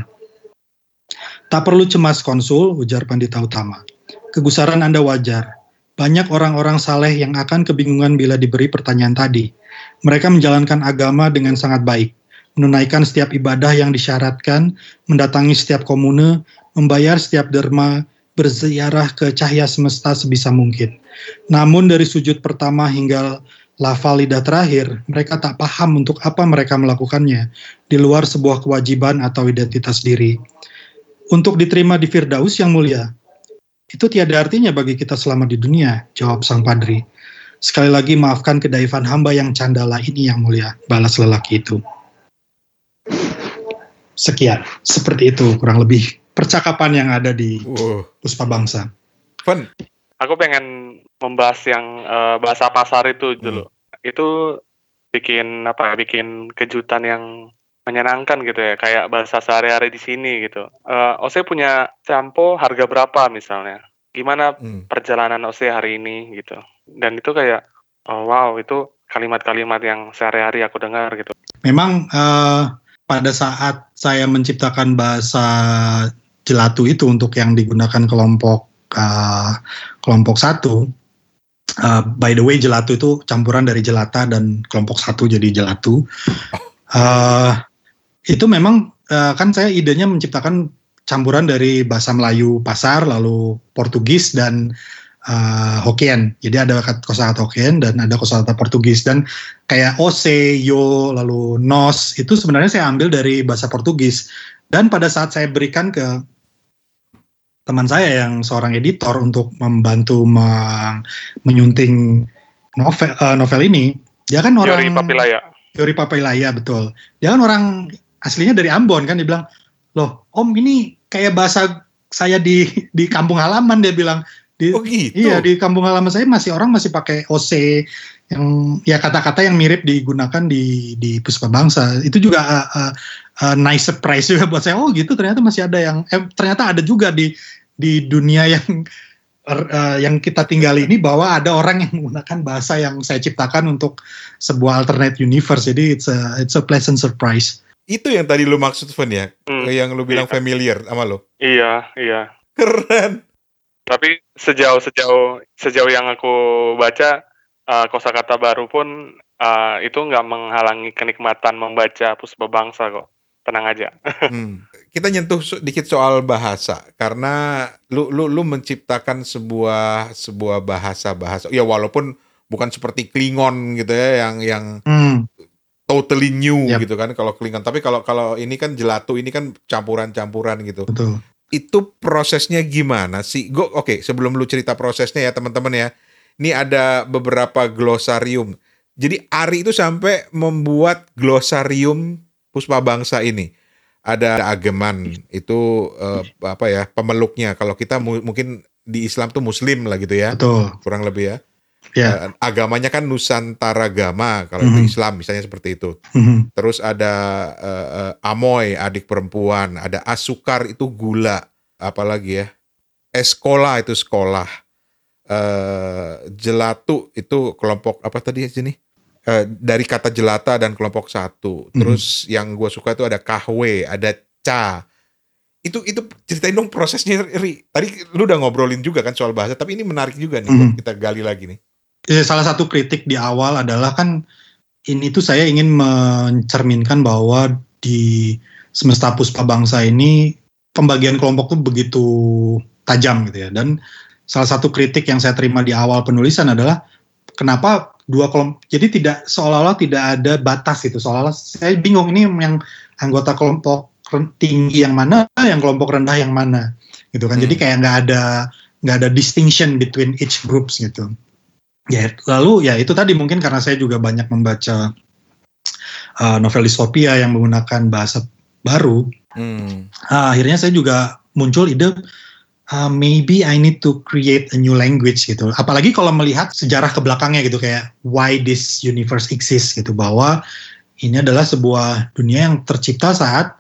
Tak perlu cemas, konsul, ujar Pandita Utama. Kegusaran Anda wajar. Banyak orang-orang saleh yang akan kebingungan bila diberi pertanyaan tadi. Mereka menjalankan agama dengan sangat baik, menunaikan setiap ibadah yang disyaratkan, mendatangi setiap komune, membayar setiap derma, berziarah ke cahaya semesta sebisa mungkin. Namun dari sujud pertama hingga lafal lidah terakhir, mereka tak paham untuk apa mereka melakukannya, di luar sebuah kewajiban atau identitas diri. Untuk diterima di Firdaus, Yang Mulia, itu tiada artinya bagi kita selama di dunia, jawab sang padri. Sekali lagi maafkan kedaifan hamba yang candala ini, Yang Mulia, balas lelaki itu. Sekian, seperti itu kurang lebih percakapan yang ada di uh. Puspabangsa. Fun. Aku pengen membahas yang uh, bahasa pasar itu dulu. Hmm. Itu bikin apa? Bikin kejutan yang menyenangkan gitu ya. Kayak bahasa sehari-hari di sini gitu. Uh, Ose punya sampo harga berapa misalnya? Gimana hmm. perjalanan Ose hari ini gitu? Dan itu kayak oh, wow, itu kalimat-kalimat yang sehari-hari aku dengar gitu. Memang uh, pada saat saya menciptakan bahasa jelatu itu untuk yang digunakan kelompok uh, kelompok satu. Uh, by the way, jelatu itu campuran dari jelata dan kelompok satu jadi jelatu. Uh, itu memang uh, kan saya idenya menciptakan campuran dari bahasa Melayu pasar, lalu Portugis dan uh, Hokkien. Jadi ada kosakata Hokkien dan ada kosakata Portugis, dan kayak ose, yo, lalu nos itu sebenarnya saya ambil dari bahasa Portugis. Dan pada saat saya berikan ke teman saya yang seorang editor untuk membantu men- menyunting novel uh, novel ini. Dia kan orang Yori Papilaya. Yori Papilaya, betul. Dia kan orang aslinya dari Ambon kan, dia bilang, "Loh, Om, ini kayak bahasa saya di di kampung halaman," dia bilang. Di, oh gitu? Iya, di kampung halaman saya masih orang masih pakai O C yang ya kata-kata yang mirip digunakan di di Puspa Bangsa. Itu juga uh, uh, uh, nice surprise juga buat saya. Oh gitu, ternyata masih ada yang eh, ternyata ada juga di di dunia yang uh, yang kita tinggali ini, bahwa ada orang yang menggunakan bahasa yang saya ciptakan untuk sebuah alternate universe. Jadi it's a it's a pleasant surprise. Itu yang tadi lu maksud, Van, ya? Hmm, yang lu bilang iya. familiar sama lu? Iya, iya. Keren. Tapi sejauh sejauh sejauh yang aku baca, uh, kosakata baru pun uh, itu nggak menghalangi kenikmatan membaca Puspa Bangsa kok. Tenang aja. hmm. Kita nyentuh dikit soal bahasa, karena lu lu lu menciptakan sebuah sebuah bahasa bahasa. Ya walaupun bukan seperti Klingon gitu ya, yang yang hmm. totally new yep. gitu kan kalau Klingon. Tapi kalau kalau ini kan Gelato, ini kan campuran-campuran gitu. Betul. Itu prosesnya gimana sih? Go, oke, okay, sebelum lu cerita prosesnya ya teman-teman ya. Ini ada beberapa glosarium. Jadi Ari itu sampai membuat glosarium Puspa Bangsa ini. Ada ageman itu uh, apa ya, pemeluknya. Kalau kita mu- mungkin di Islam tuh Muslim lah gitu ya. Betul. Kurang lebih ya. Yeah. Uh, agamanya kan Nusantara Gama kalau mm-hmm. itu Islam misalnya seperti itu. Mm-hmm. Terus ada uh, uh, Amoy, adik perempuan. Ada Asukar, itu gula. Apalagi ya. Eskola itu sekolah. Uh, Jelatu itu kelompok apa tadi sini? Uh, dari kata jelata dan kelompok satu. Terus mm-hmm. yang gue suka itu ada kahwe, ada ca. Itu itu ceritain dong prosesnya, Ri. Tadi lu udah ngobrolin juga kan soal bahasa, tapi ini menarik juga nih mm-hmm. buat kita gali lagi nih. Salah satu kritik di awal adalah kan ini tuh saya ingin mencerminkan bahwa di semesta Puspa Bangsa ini pembagian kelompok tuh begitu tajam gitu ya. Dan salah satu kritik yang saya terima di awal penulisan adalah kenapa dua kelompok, jadi tidak seolah-olah tidak ada batas gitu, seolah-olah saya bingung ini yang anggota kelompok tinggi yang mana, yang kelompok rendah yang mana, gitu kan. Hmm. Jadi kayak nggak ada nggak ada distinction between each groups gitu. Ya lalu ya itu tadi mungkin karena saya juga banyak membaca uh, novel distopia yang menggunakan bahasa baru, hmm. uh, akhirnya saya juga muncul ide. Uh, maybe I need to create a new language gitu. Apalagi kalau melihat sejarah ke belakangnya gitu, kayak why this universe exists gitu, bahwa ini adalah sebuah dunia yang tercipta saat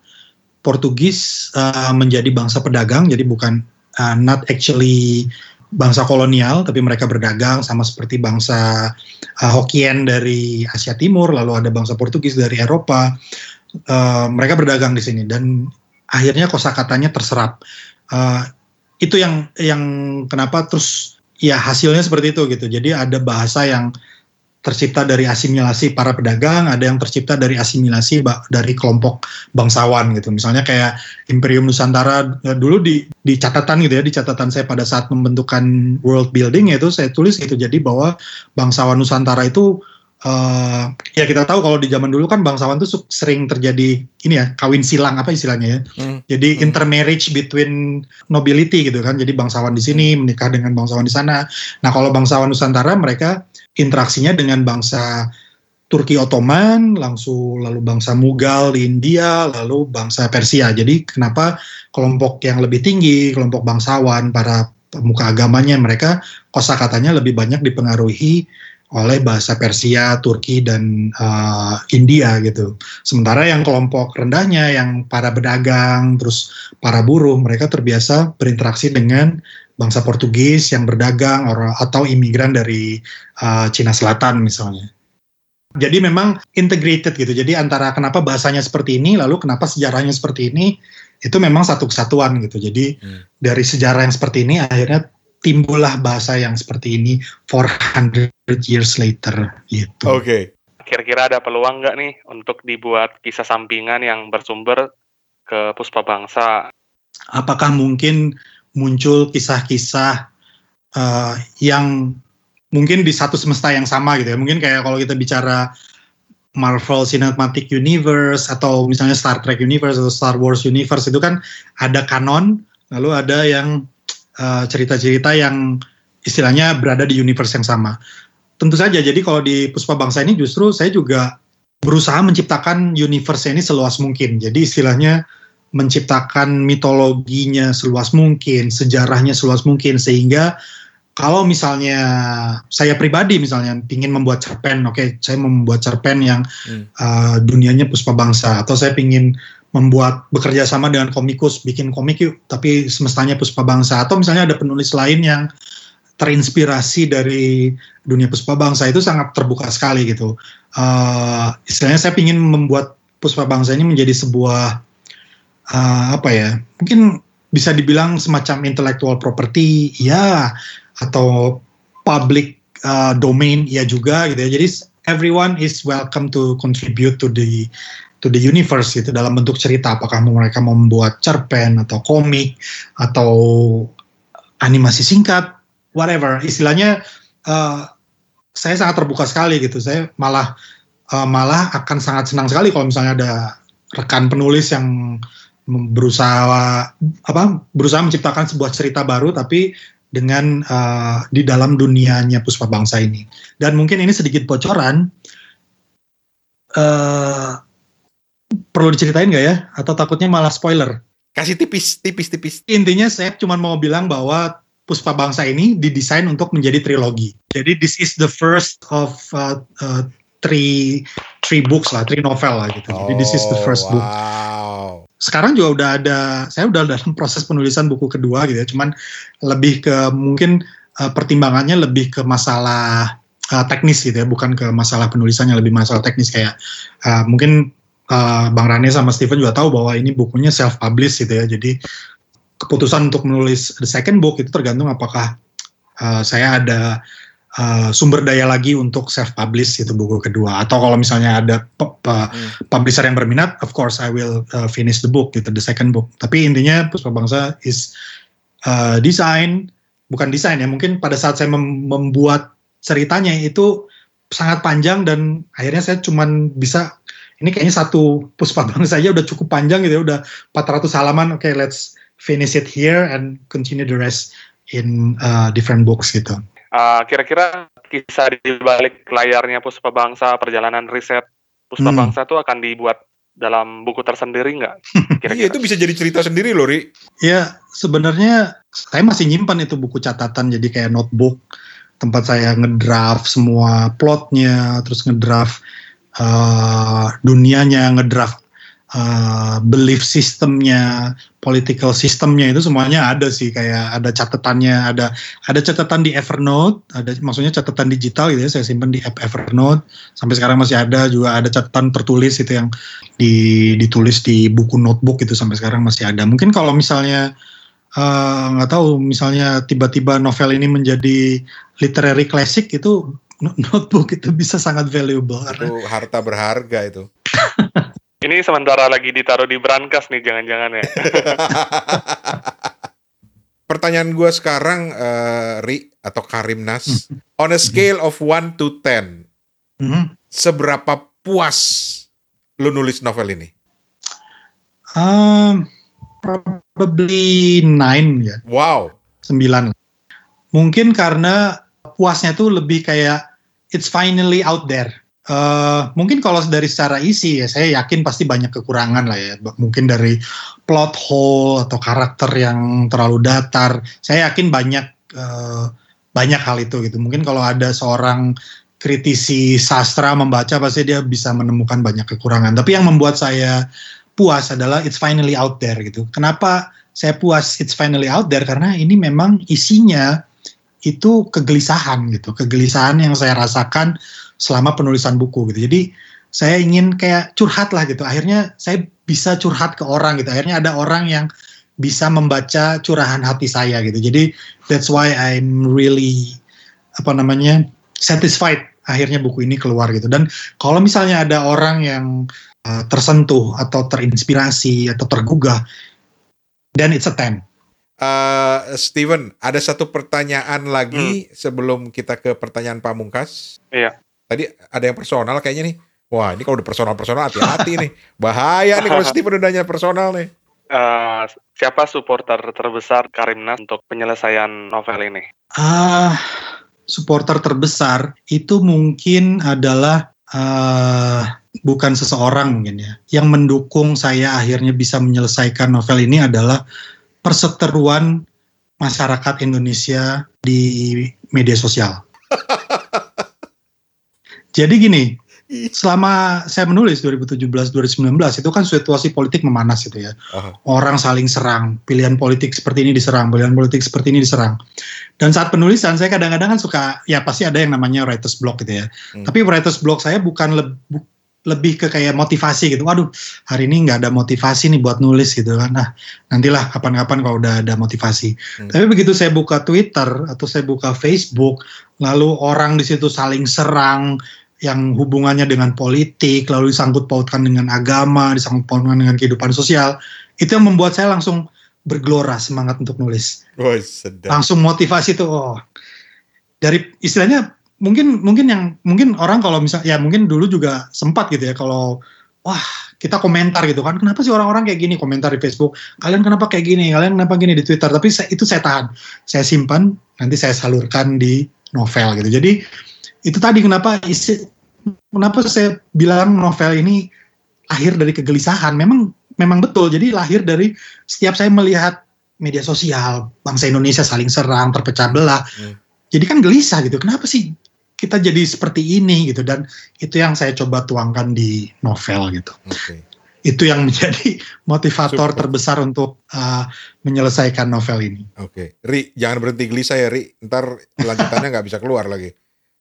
Portugis uh, menjadi bangsa pedagang, jadi bukan uh, not actually bangsa kolonial, tapi mereka berdagang sama seperti bangsa uh, Hokkien dari Asia Timur, lalu ada bangsa Portugis dari Eropa. Uh, mereka berdagang di sini dan akhirnya kosakatanya terserap. Uh, itu yang yang kenapa terus ya hasilnya seperti itu gitu. Jadi ada bahasa yang tercipta dari asimilasi para pedagang, ada yang tercipta dari asimilasi dari kelompok bangsawan gitu. Misalnya kayak Imperium Nusantara ya, dulu di di catatan gitu ya, di catatan saya pada saat membentukan world building itu saya tulis gitu. Jadi bahwa bangsawan Nusantara itu Uh, ya kita tahu kalau di zaman dulu kan bangsawan tuh sering terjadi ini ya, kawin silang apa istilahnya ya. Hmm. Jadi hmm. intermarriage between nobility gitu kan. Jadi bangsawan di sini menikah dengan bangsawan di sana. Nah, kalau bangsawan Nusantara mereka interaksinya dengan bangsa Turki Ottoman, langsung lalu bangsa Mughal di India, lalu bangsa Persia. Jadi kenapa kelompok yang lebih tinggi, kelompok bangsawan, para pemuka agamanya, mereka kosakatanya lebih banyak dipengaruhi oleh bahasa Persia, Turki, dan uh, India gitu. Sementara yang kelompok rendahnya, yang para pedagang, terus para buruh, mereka terbiasa berinteraksi dengan bangsa Portugis yang berdagang or, atau imigran dari uh, Cina Selatan misalnya. Jadi memang integrated gitu. Jadi antara kenapa bahasanya seperti ini, lalu kenapa sejarahnya seperti ini, itu memang satu kesatuan gitu. Jadi hmm. dari sejarah yang seperti ini akhirnya timbullah bahasa yang seperti ini four hundred years later gitu. Oke. Okay. Kira-kira ada peluang nggak nih untuk dibuat kisah sampingan yang bersumber ke Puspa Bangsa? Apakah mungkin muncul kisah-kisah uh, yang mungkin di satu semesta yang sama gitu ya? Mungkin kayak kalau kita bicara Marvel Cinematic Universe atau misalnya Star Trek Universe atau Star Wars Universe, itu kan ada kanon, lalu ada yang uh, cerita-cerita yang istilahnya berada di universe yang sama. Tentu saja, jadi kalau di Puspa Bangsa ini justru saya juga berusaha menciptakan universe ini seluas mungkin. Jadi istilahnya menciptakan mitologinya seluas mungkin, sejarahnya seluas mungkin, sehingga kalau misalnya saya pribadi misalnya ingin membuat cerpen, oke, okay, saya membuat cerpen yang hmm. uh, dunianya Puspa Bangsa, atau saya ingin membuat bekerja sama dengan komikus, bikin komik yuk, tapi semestanya Puspa Bangsa, atau misalnya ada penulis lain yang terinspirasi dari dunia Puspa Bangsa, itu sangat terbuka sekali gitu. Uh, istilahnya saya ingin membuat Puspa Bangsa ini menjadi sebuah uh, apa ya, mungkin bisa dibilang semacam intellectual property, ya, atau public uh, domain, ya juga gitu ya. Jadi everyone is welcome to contribute to the to the universe gitu dalam bentuk cerita. Apakah mereka mau membuat cerpen atau komik atau animasi singkat, whatever, istilahnya uh, saya sangat terbuka sekali gitu. Saya malah uh, malah akan sangat senang sekali kalau misalnya ada rekan penulis yang berusaha apa berusaha menciptakan sebuah cerita baru tapi dengan uh, di dalam dunianya Puspa Bangsa ini. Dan mungkin ini sedikit bocoran, uh, perlu diceritain nggak ya? Atau takutnya malah spoiler? Kasih tipis, tipis, tipis. Intinya saya cuma mau bilang bahwa Puspa Bangsa ini didesain untuk menjadi trilogi. Jadi this is the first of uh, uh, three three books lah, three novel lah gitu. Oh, Jadi this is the first wow. book. Sekarang juga udah ada, saya udah dalam proses penulisan buku kedua gitu ya. Cuman lebih ke mungkin uh, pertimbangannya lebih ke masalah uh, teknis gitu ya, bukan ke masalah penulisannya, lebih masalah teknis kayak uh, mungkin uh, Bang Rane sama Steven juga tahu bahwa ini bukunya self publish gitu ya. Jadi keputusan untuk menulis the second book itu tergantung apakah uh, saya ada uh, sumber daya lagi untuk self-publish itu buku kedua. Atau kalau misalnya ada pu- pu- hmm. publisher yang berminat, of course I will uh, finish the book, gitu, the second book. Tapi intinya Puspa Bangsa is uh, design, bukan desain ya, mungkin pada saat saya mem- membuat ceritanya itu sangat panjang dan akhirnya saya cuman bisa, ini kayaknya satu Puspa Bangsa aja udah cukup panjang gitu ya, udah empat ratus halaman, oke okay, let's finish it here and continue the rest in uh, different books gitu. Uh, kira-kira kisah di balik layarnya Puspa Bangsa, perjalanan riset Puspa hmm. Bangsa itu akan dibuat dalam buku tersendiri nggak? Iya, itu bisa jadi cerita sendiri loh, Ri. Ya, sebenarnya saya masih nyimpan itu buku catatan, jadi kayak notebook, tempat saya ngedraft semua plotnya, terus ngedraft uh, dunianya, ngedraft Uh, belief sistemnya, political sistemnya, itu semuanya ada sih, kayak ada catatannya, ada ada catatan di Evernote, ada maksudnya catatan digital gitu ya, saya simpan di app Evernote sampai sekarang masih ada, juga ada catatan tertulis itu yang di, ditulis di buku notebook itu sampai sekarang masih ada. Mungkin kalau misalnya nggak uh, tahu, misalnya tiba-tiba novel ini menjadi literary classic, itu notebook itu bisa sangat valuable. Itu karena harta berharga itu. Ini sementara lagi ditaruh di brankas nih, jangan-jangan ya. Pertanyaan gue sekarang, uh, Ri atau Karimnas, on a scale of one to ten, mm-hmm. seberapa puas lu nulis novel ini? Um, probably nine ya. Wow. Sembilan. Mungkin karena puasnya tuh lebih kayak it's finally out there. Uh, mungkin kalau dari secara isi ya saya yakin pasti banyak kekurangan lah ya, mungkin dari plot hole atau karakter yang terlalu datar, saya yakin banyak uh, banyak hal itu gitu. Mungkin kalau ada seorang kritisi sastra membaca pasti dia bisa menemukan banyak kekurangan, tapi yang membuat saya puas adalah it's finally out there gitu. Kenapa saya puas it's finally out there? Karena ini memang isinya itu kegelisahan gitu, kegelisahan yang saya rasakan selama penulisan buku gitu. Jadi saya ingin kayak curhat lah gitu. Akhirnya saya bisa curhat ke orang gitu. Akhirnya ada orang yang bisa membaca curahan hati saya gitu. Jadi that's why I'm really apa namanya satisfied akhirnya buku ini keluar gitu. Dan kalau misalnya ada orang yang uh, tersentuh atau terinspirasi atau tergugah, then it's a ten. Uh, Steven, ada satu pertanyaan lagi hmm. sebelum kita ke pertanyaan pamungkas. Iya. Tadi ada yang personal kayaknya nih. Wah, ini kalau udah personal-personal hati-hati nih. Bahaya nih kalau Steven udah nanya personal nih. uh, siapa supporter terbesar Karimnas untuk penyelesaian novel ini? Ah, uh, supporter terbesar itu mungkin adalah uh, bukan seseorang mungkin ya. Yang mendukung saya akhirnya bisa menyelesaikan novel ini adalah perseteruan masyarakat Indonesia di media sosial. Jadi gini, selama saya menulis dua ribu tujuh belas dua ribu sembilan belas itu kan situasi politik memanas gitu ya. Uh-huh. Orang saling serang, pilihan politik seperti ini diserang, pilihan politik seperti ini diserang. Dan saat penulisan saya kadang-kadang kan suka, ya pasti ada yang namanya writer's block gitu ya. Hmm. Tapi writer's block saya bukan le- bu- lebih ke kayak motivasi gitu. Waduh, hari ini nggak ada motivasi nih buat nulis gitu kan. Nah, nantilah kapan-kapan kalau udah ada motivasi. Hmm. Tapi begitu saya buka Twitter atau saya buka Facebook, lalu orang di situ saling serang, yang hubungannya dengan politik, lalu disangkut pautkan dengan agama, disangkut pautkan dengan kehidupan sosial, itu yang membuat saya langsung bergelora semangat untuk nulis. Oh, sedap. Langsung motivasi tuh, oh, dari istilahnya mungkin mungkin yang mungkin orang kalau misal ya mungkin dulu juga sempat gitu ya kalau wah kita komentar gitu kan, kenapa sih orang-orang kayak gini, komentar di Facebook, kalian kenapa kayak gini, kalian kenapa gini di Twitter, tapi saya, itu saya tahan, saya simpan, nanti saya salurkan di novel gitu. Jadi itu tadi kenapa isi, kenapa saya bilang novel ini lahir dari kegelisahan. Memang memang betul. Jadi lahir dari setiap saya melihat media sosial, bangsa Indonesia saling serang, terpecah belah. Hmm. Jadi kan gelisah gitu. Kenapa sih kita jadi seperti ini gitu, dan itu yang saya coba tuangkan di novel gitu. Okay. Itu yang menjadi motivator Super. terbesar untuk uh, menyelesaikan novel ini. Oke, okay. Ri, jangan berhenti gelisah ya Ri. Ntar lanjutannya nggak bisa keluar lagi.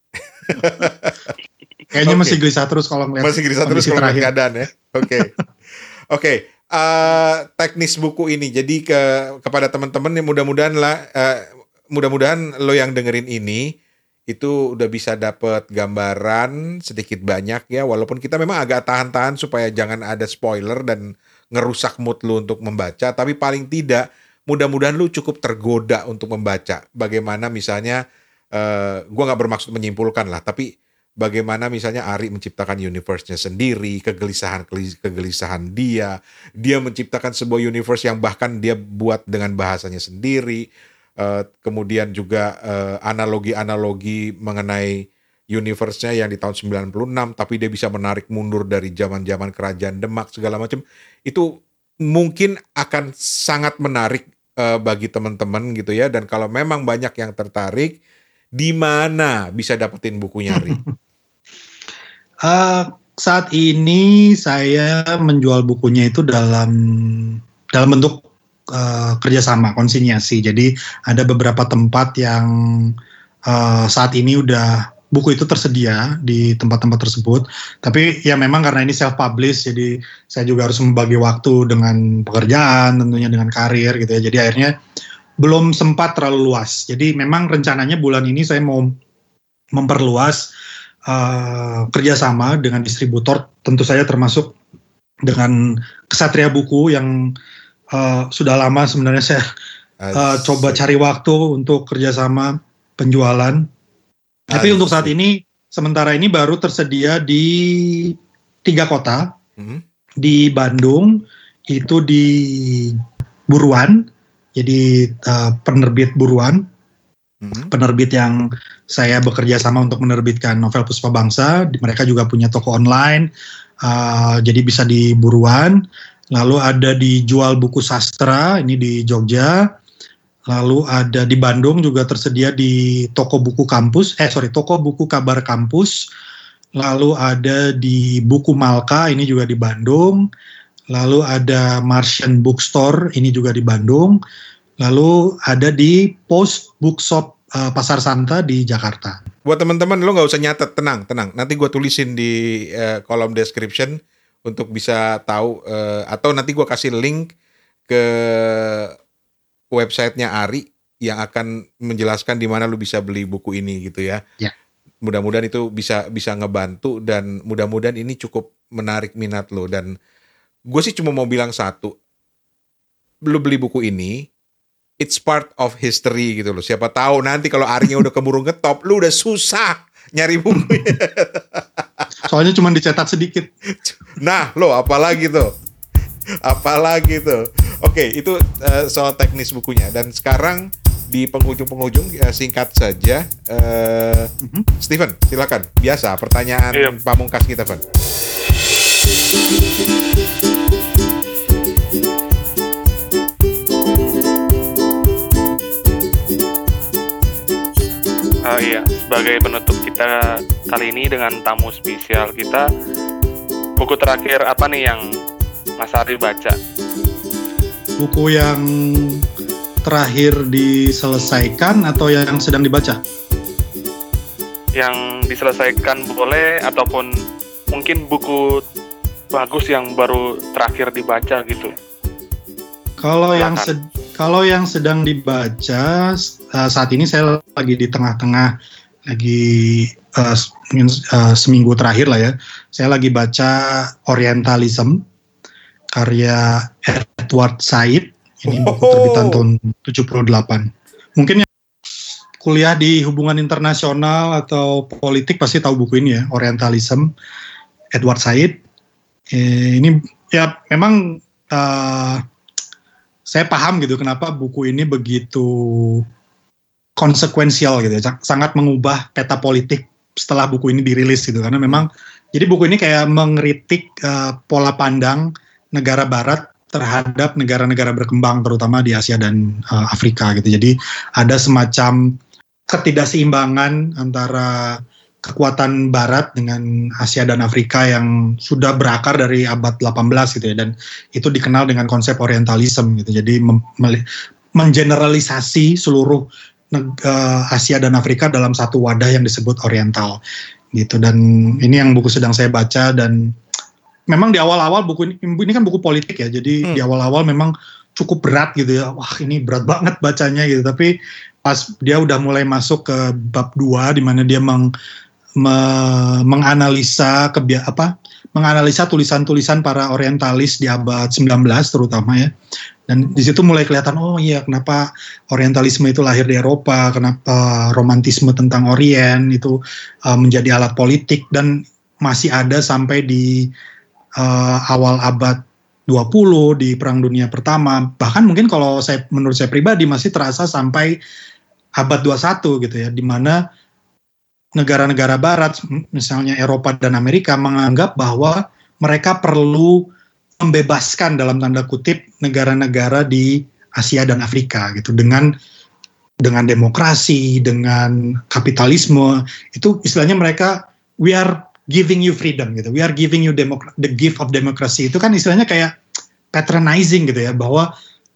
Kayaknya okay. masih gelisah terus kalau ngeliat masih gelisah terus kalau ngeliat keadaan ya. Oke, okay. oke. Okay. Uh, teknis buku ini. Jadi ke kepada teman-teman yang mudah-mudahan lah, uh, mudah-mudahan lo yang dengerin ini itu udah bisa dapat gambaran sedikit banyak ya. Walaupun kita memang agak tahan-tahan supaya jangan ada spoiler dan ngerusak mood lo untuk membaca. Tapi paling tidak mudah-mudahan lo cukup tergoda untuk membaca. Bagaimana misalnya, uh, gue nggak bermaksud menyimpulkan lah, tapi bagaimana misalnya Ari menciptakan universe-nya sendiri, kegelisahan-kegelisahan dia, dia menciptakan sebuah universe yang bahkan dia buat dengan bahasanya sendiri, uh, kemudian juga uh, analogi-analogi mengenai universe-nya yang di tahun sembilan puluh enam, tapi dia bisa menarik mundur dari zaman-zaman kerajaan Demak segala macam, itu mungkin akan sangat menarik uh, bagi teman-teman gitu ya, dan kalau memang banyak yang tertarik, di mana bisa dapetin bukunya Ri? Uh, saat ini saya menjual bukunya itu dalam dalam bentuk uh, kerjasama konsinyasi. Jadi ada beberapa tempat yang uh, saat ini udah buku itu tersedia di tempat-tempat tersebut. Tapi ya memang karena ini self publish, jadi saya juga harus membagi waktu dengan pekerjaan, tentunya dengan karir gitu ya. Jadi akhirnya belum sempat terlalu luas. Jadi memang rencananya bulan ini saya mau memperluas Uh, kerjasama dengan distributor, tentu saja termasuk dengan Ksatria Buku yang uh, sudah lama sebenarnya saya uh, coba cari waktu untuk kerjasama penjualan. Asik. Tapi untuk saat ini, sementara ini baru tersedia di tiga kota, mm-hmm. di Bandung, itu di Buruan, jadi uh, penerbit Buruan. Hmm. Penerbit yang saya bekerja sama untuk menerbitkan novel Puspa Bangsa, mereka juga punya toko online, uh, jadi bisa di Buruan. Lalu ada di Jual Buku Sastra, ini di Jogja. Lalu ada di Bandung juga tersedia di toko buku kampus, eh sorry toko buku kabar kampus. Lalu ada di Buku Malka, ini juga di Bandung. Lalu ada Martian Bookstore, ini juga di Bandung. Lalu ada di Post Bookshop uh, Pasar Santa di Jakarta. Buat teman-teman, lo nggak usah nyatet, tenang, tenang. Nanti gue tulisin di uh, kolom description untuk bisa tahu, uh, atau nanti gue kasih link ke websitenya Ari yang akan menjelaskan di mana lo bisa beli buku ini gitu ya. Ya. Mudah-mudahan itu bisa bisa ngebantu, dan mudah-mudahan ini cukup menarik minat lo. Dan gue sih cuma mau bilang satu, lo beli buku ini, it's part of history gitu loh. Siapa tahu nanti kalau Arinya udah keburu ngetop, lu udah susah nyari bukunya. Soalnya cuma dicetak sedikit. Nah, lo apalagi tuh. Apalagi tuh. Oke, itu uh, soal teknis bukunya. Dan sekarang di penghujung-penghujung uh, singkat saja, uh, mm-hmm. Steven, silakan. Biasa pertanyaan iya. pamungkas kita, Van. Oh iya, sebagai penutup kita kali ini dengan tamu spesial kita, buku terakhir apa nih yang Mas Ari baca? Buku yang terakhir diselesaikan atau yang sedang dibaca? Yang diselesaikan boleh, ataupun mungkin buku bagus yang baru terakhir dibaca gitu. Kalau yang sed- kalau yang sedang dibaca uh, saat ini saya lagi di tengah-tengah lagi uh, uh, seminggu terakhir lah ya. Saya lagi baca Orientalism karya Edward Said. Ini buku terbitan tahun tujuh puluh delapan. Mungkin yang kuliah di hubungan internasional atau politik pasti tahu buku ini ya, Orientalism Edward Said. Eh, ini ya memang uh, saya paham gitu kenapa buku ini begitu konsekuensial gitu ya, sangat mengubah peta politik setelah buku ini dirilis gitu, karena memang jadi buku ini kayak mengkritik uh, pola pandang negara barat terhadap negara-negara berkembang terutama di Asia dan uh, Afrika gitu. Jadi ada semacam ketidakseimbangan antara kekuatan barat dengan Asia dan Afrika yang sudah berakar dari abad delapan belas gitu ya, dan itu dikenal dengan konsep orientalism gitu. Jadi mem- mengeneralisasi seluruh uh, Asia dan Afrika dalam satu wadah yang disebut oriental gitu. Dan ini yang buku sedang saya baca, dan memang di awal-awal buku ini ini kan buku politik ya. Jadi hmm. di awal-awal memang cukup berat gitu ya. Wah, ini berat banget bacanya gitu. Tapi pas dia udah mulai masuk ke bab dua di mana dia meng Me- menganalisa kebia- apa menganalisa tulisan-tulisan para orientalis di abad sembilan belas terutama ya, dan di situ mulai kelihatan oh iya kenapa orientalisme itu lahir di Eropa, kenapa romantisme tentang Orient itu uh, menjadi alat politik dan masih ada sampai di uh, awal abad dua puluh di Perang Dunia Pertama, bahkan mungkin kalau saya menurut saya pribadi masih terasa sampai abad dua puluh satu gitu ya, di mana negara-negara barat, misalnya Eropa dan Amerika, menganggap bahwa mereka perlu membebaskan dalam tanda kutip negara-negara di Asia dan Afrika gitu, dengan dengan demokrasi, dengan kapitalisme. Itu istilahnya mereka, we are giving you freedom gitu, we are giving you democra- the gift of democracy. Itu kan istilahnya kayak patronizing gitu ya, bahwa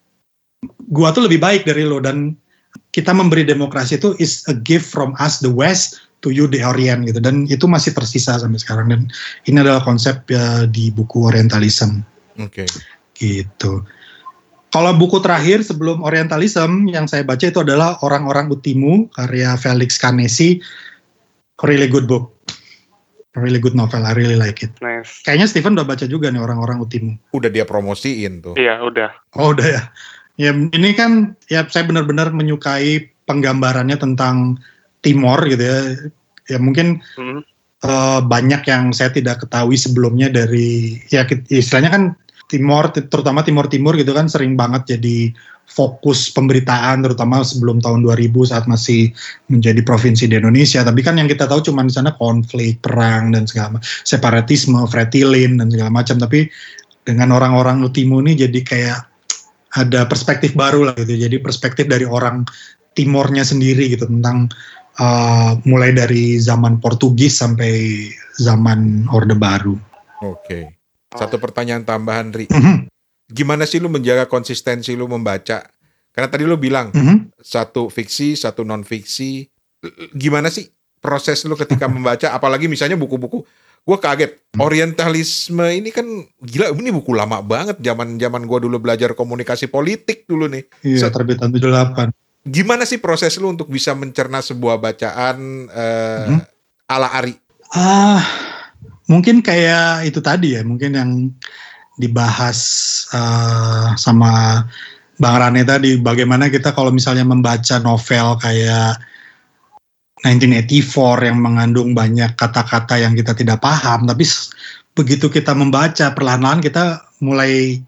gua tuh lebih baik dari lo, dan kita memberi demokrasi itu is a gift from us the West to you the Orient gitu, dan itu masih tersisa sampai sekarang, dan ini adalah konsep ya di buku Orientalism. Oke. Okay. Gitu. Kalau buku terakhir sebelum Orientalism yang saya baca itu adalah Orang-orang Utimu karya Felix Kanesi. Really good book, really good novel, I really like it. Nice. Kayaknya Steven udah baca juga nih Orang-orang Utimu. Udah dia promosiin tuh. Iya udah. Oh udah ya. Ya ini kan ya saya benar-benar menyukai penggambarannya tentang Timor gitu ya. Ya mungkin hmm. uh, banyak yang saya tidak ketahui sebelumnya dari ya istilahnya kan Timor, terutama Timur-Timur gitu kan sering banget jadi fokus pemberitaan, terutama sebelum tahun dua ribu saat masih menjadi provinsi di Indonesia. Tapi kan yang kita tahu cuma di sana konflik, perang dan segala macam, separatisme, Fretilin dan segala macam. Tapi dengan orang-orang Utimu ini jadi kayak ada perspektif baru lah gitu. Jadi perspektif dari orang Timornya sendiri gitu tentang Uh, mulai dari zaman Portugis sampai zaman Orde Baru. Oke. Satu pertanyaan tambahan, Ri. Mm-hmm. Gimana sih lu menjaga konsistensi lu membaca? Karena tadi lu bilang mm-hmm. satu fiksi, satu non fiksi. Gimana sih proses lu ketika membaca? Apalagi misalnya buku-buku. Gue kaget. Mm. Orientalisme ini kan gila. Ini buku lama banget. Zaman-zaman gue dulu belajar komunikasi politik dulu nih. Iya, so, terbitan tujuh puluh delapan. Gimana sih proses lu untuk bisa mencerna sebuah bacaan uh, hmm. ala Ari? Ah, mungkin kayak itu tadi ya, mungkin yang dibahas uh, sama Bang Rane tadi, bagaimana kita kalau misalnya membaca novel kayak nineteen eighty-four yang mengandung banyak kata-kata yang kita tidak paham, tapi begitu kita membaca perlahan-lahan kita mulai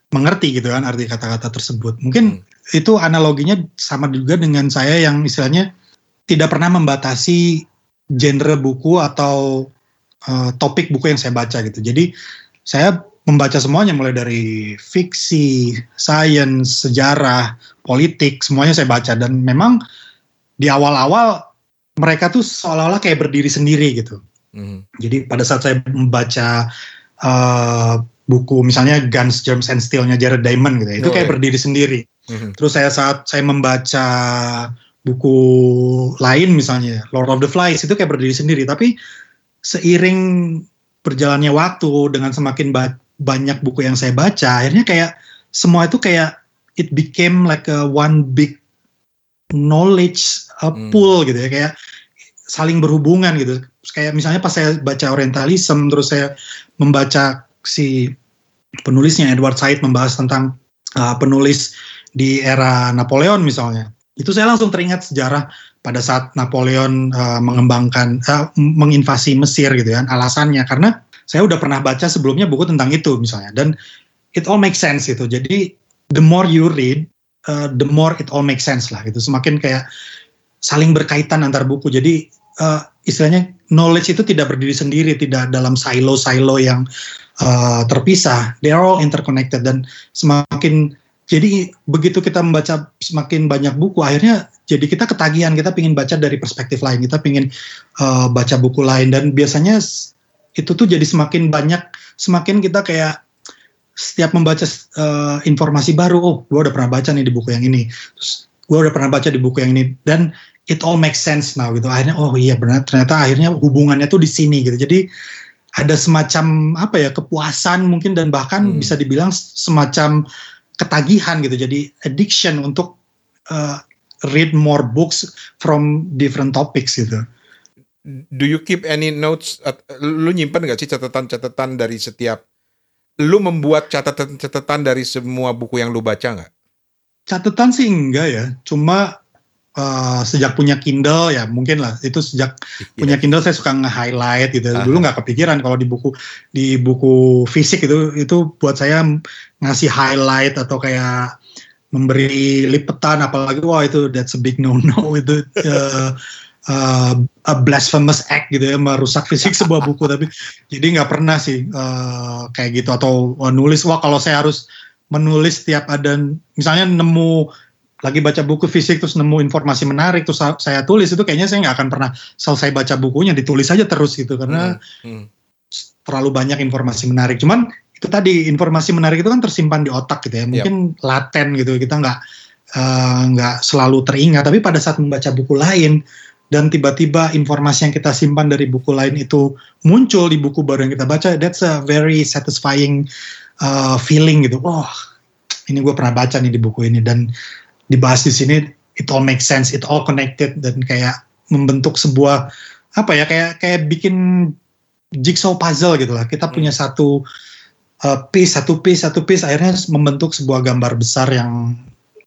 mengerti gitu kan arti kata-kata tersebut. Mungkin Hmm. itu analoginya sama juga dengan saya yang istilahnya tidak pernah membatasi genre buku atau uh, topik buku yang saya baca gitu. Jadi saya membaca semuanya mulai dari fiksi, sains, sejarah, politik, semuanya saya baca. Dan memang di awal-awal mereka tuh seolah-olah kayak berdiri sendiri gitu. Hmm. Jadi pada saat saya membaca uh, buku misalnya Guns, Germs and Steel-nya Jared Diamond gitu, itu Oh, kayak ya. berdiri sendiri. Hmm. Terus saya saat saya membaca buku lain misalnya Lord of the Flies itu kayak berdiri sendiri. Tapi seiring berjalannya waktu dengan semakin ba- banyak buku yang saya baca, akhirnya kayak semua itu kayak it became like a one big knowledge uh, Hmm. pool gitu ya, kayak saling berhubungan gitu. Kayak misalnya pas saya baca Orientalism, terus saya membaca si penulisnya Edward Said membahas tentang uh, penulis di era Napoleon misalnya. Itu saya langsung teringat sejarah pada saat Napoleon uh, mengembangkan, uh, menginvasi Mesir gitu kan. Alasannya karena saya udah pernah baca sebelumnya buku tentang itu misalnya. Dan it all makes sense gitu. Jadi the more you read, uh, the more it all makes sense lah gitu. Semakin kayak saling berkaitan antar buku. Jadi uh, istilahnya knowledge itu tidak berdiri sendiri, tidak dalam silo-silo yang uh, terpisah. They are all interconnected dan semakin jadi begitu kita membaca semakin banyak buku, akhirnya jadi kita ketagihan, kita pingin baca dari perspektif lain, kita pingin uh, baca buku lain dan biasanya itu tuh jadi semakin banyak, semakin kita kayak setiap membaca uh, informasi baru, oh gue udah pernah baca nih di buku yang ini, terus gue udah pernah baca di buku yang ini dan it all makes sense now gitu. Akhirnya oh iya benar, ternyata akhirnya hubungannya tuh di sini gitu. Jadi ada semacam apa ya kepuasan mungkin dan bahkan hmm. bisa dibilang semacam ketagihan gitu. Jadi addiction untuk uh, read more books from different topics gitu. Do you keep any notes? Lu nyimpan nggak sih catatan-catatan dari setiap? Lu membuat catatan-catatan dari semua buku yang lu baca nggak? Catatan sih enggak ya. Cuma Uh, sejak punya Kindle ya mungkin lah itu sejak yeah. punya Kindle saya suka nge-highlight gitu. Uh-huh. Dulu nggak kepikiran kalau di buku di buku fisik itu itu buat saya ngasih highlight atau kayak memberi lipetan apalagi wah itu that's a big no-no itu uh, uh, a blasphemous act gitu ya merusak fisik sebuah buku tapi jadi nggak pernah sih uh, kayak gitu atau uh, nulis wah kalau saya harus menulis setiap ada misalnya nemu lagi baca buku fisik terus nemu informasi menarik terus saya tulis itu kayaknya saya nggak akan pernah selesai baca bukunya ditulis aja terus gitu karena hmm, hmm. terlalu banyak informasi menarik. Cuman itu tadi informasi menarik itu kan tersimpan di otak gitu ya mungkin yep. laten gitu kita nggak uh, nggak selalu teringat tapi pada saat membaca buku lain dan tiba-tiba informasi yang kita simpan dari buku lain itu muncul di buku baru yang kita baca that's a very satisfying uh, feeling gitu. Oh ini gue pernah baca nih di buku ini dan dibahas di sini, it all makes sense, it all connected dan kayak membentuk sebuah apa ya kayak kayak bikin jigsaw puzzle gitu lah. Kita punya satu uh, piece, satu piece, satu piece akhirnya membentuk sebuah gambar besar yang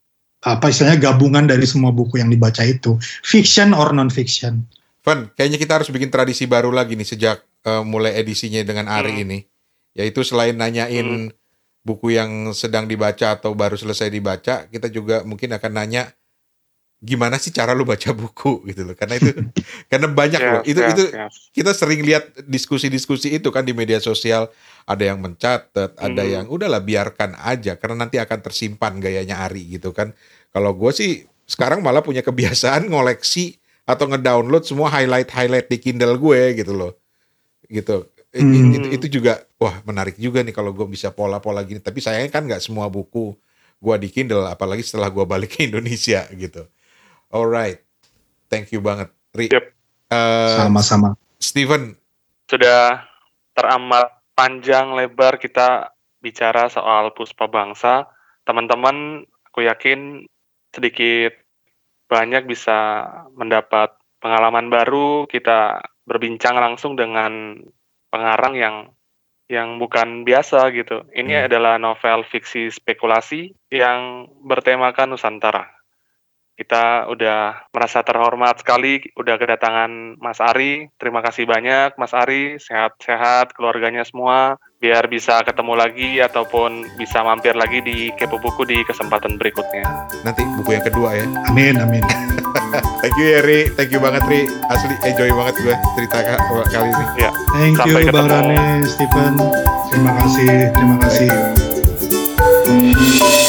apa istilahnya gabungan dari semua buku yang dibaca itu, fiction or non fiction. Van, kayaknya kita harus bikin tradisi baru lagi nih sejak uh, mulai edisinya dengan Ari hmm. ini, yaitu selain nanyain hmm. buku yang sedang dibaca atau baru selesai dibaca, kita juga mungkin akan nanya gimana sih cara lu baca buku gitu loh. Karena itu karena banyak yes, loh. Itu yes, itu yes. Kita sering lihat diskusi-diskusi itu kan di media sosial, ada yang mencatat, hmm. ada yang udahlah biarkan aja karena nanti akan tersimpan gayanya Ari gitu kan. Kalau gue sih sekarang malah punya kebiasaan ngoleksi atau ngedownload semua highlight-highlight di Kindle gue gitu loh. Gitu. Hmm. Itu, itu juga wah menarik juga nih kalau gue bisa pola-pola gini. Tapi sayangnya kan nggak semua buku gue di Kindle, apalagi setelah gue balik ke Indonesia gitu. Alright, thank you banget, Ri. Yep. Uh, Sama-sama. Steven, sudah teramat panjang lebar kita bicara soal Puspa Bangsa. Teman-teman, aku yakin sedikit banyak bisa mendapat pengalaman baru. Kita berbincang langsung dengan pengarang yang yang bukan biasa gitu. Ini hmm. adalah novel fiksi spekulasi yang bertemakan Nusantara. Kita udah merasa terhormat sekali udah kedatangan Mas Ari. Terima kasih banyak Mas Ari, sehat-sehat keluarganya semua, biar bisa ketemu lagi ataupun bisa mampir lagi di Kepo Buku di kesempatan berikutnya. Nanti buku yang kedua ya. Amin, amin. Thank you ya Ri, thank you banget Ri. Asli enjoy banget gue cerita ka- kali ini. Ya. Thank Sampai you Bang ketemu. Rane, Stephen. Terima kasih, terima kasih. Thank you.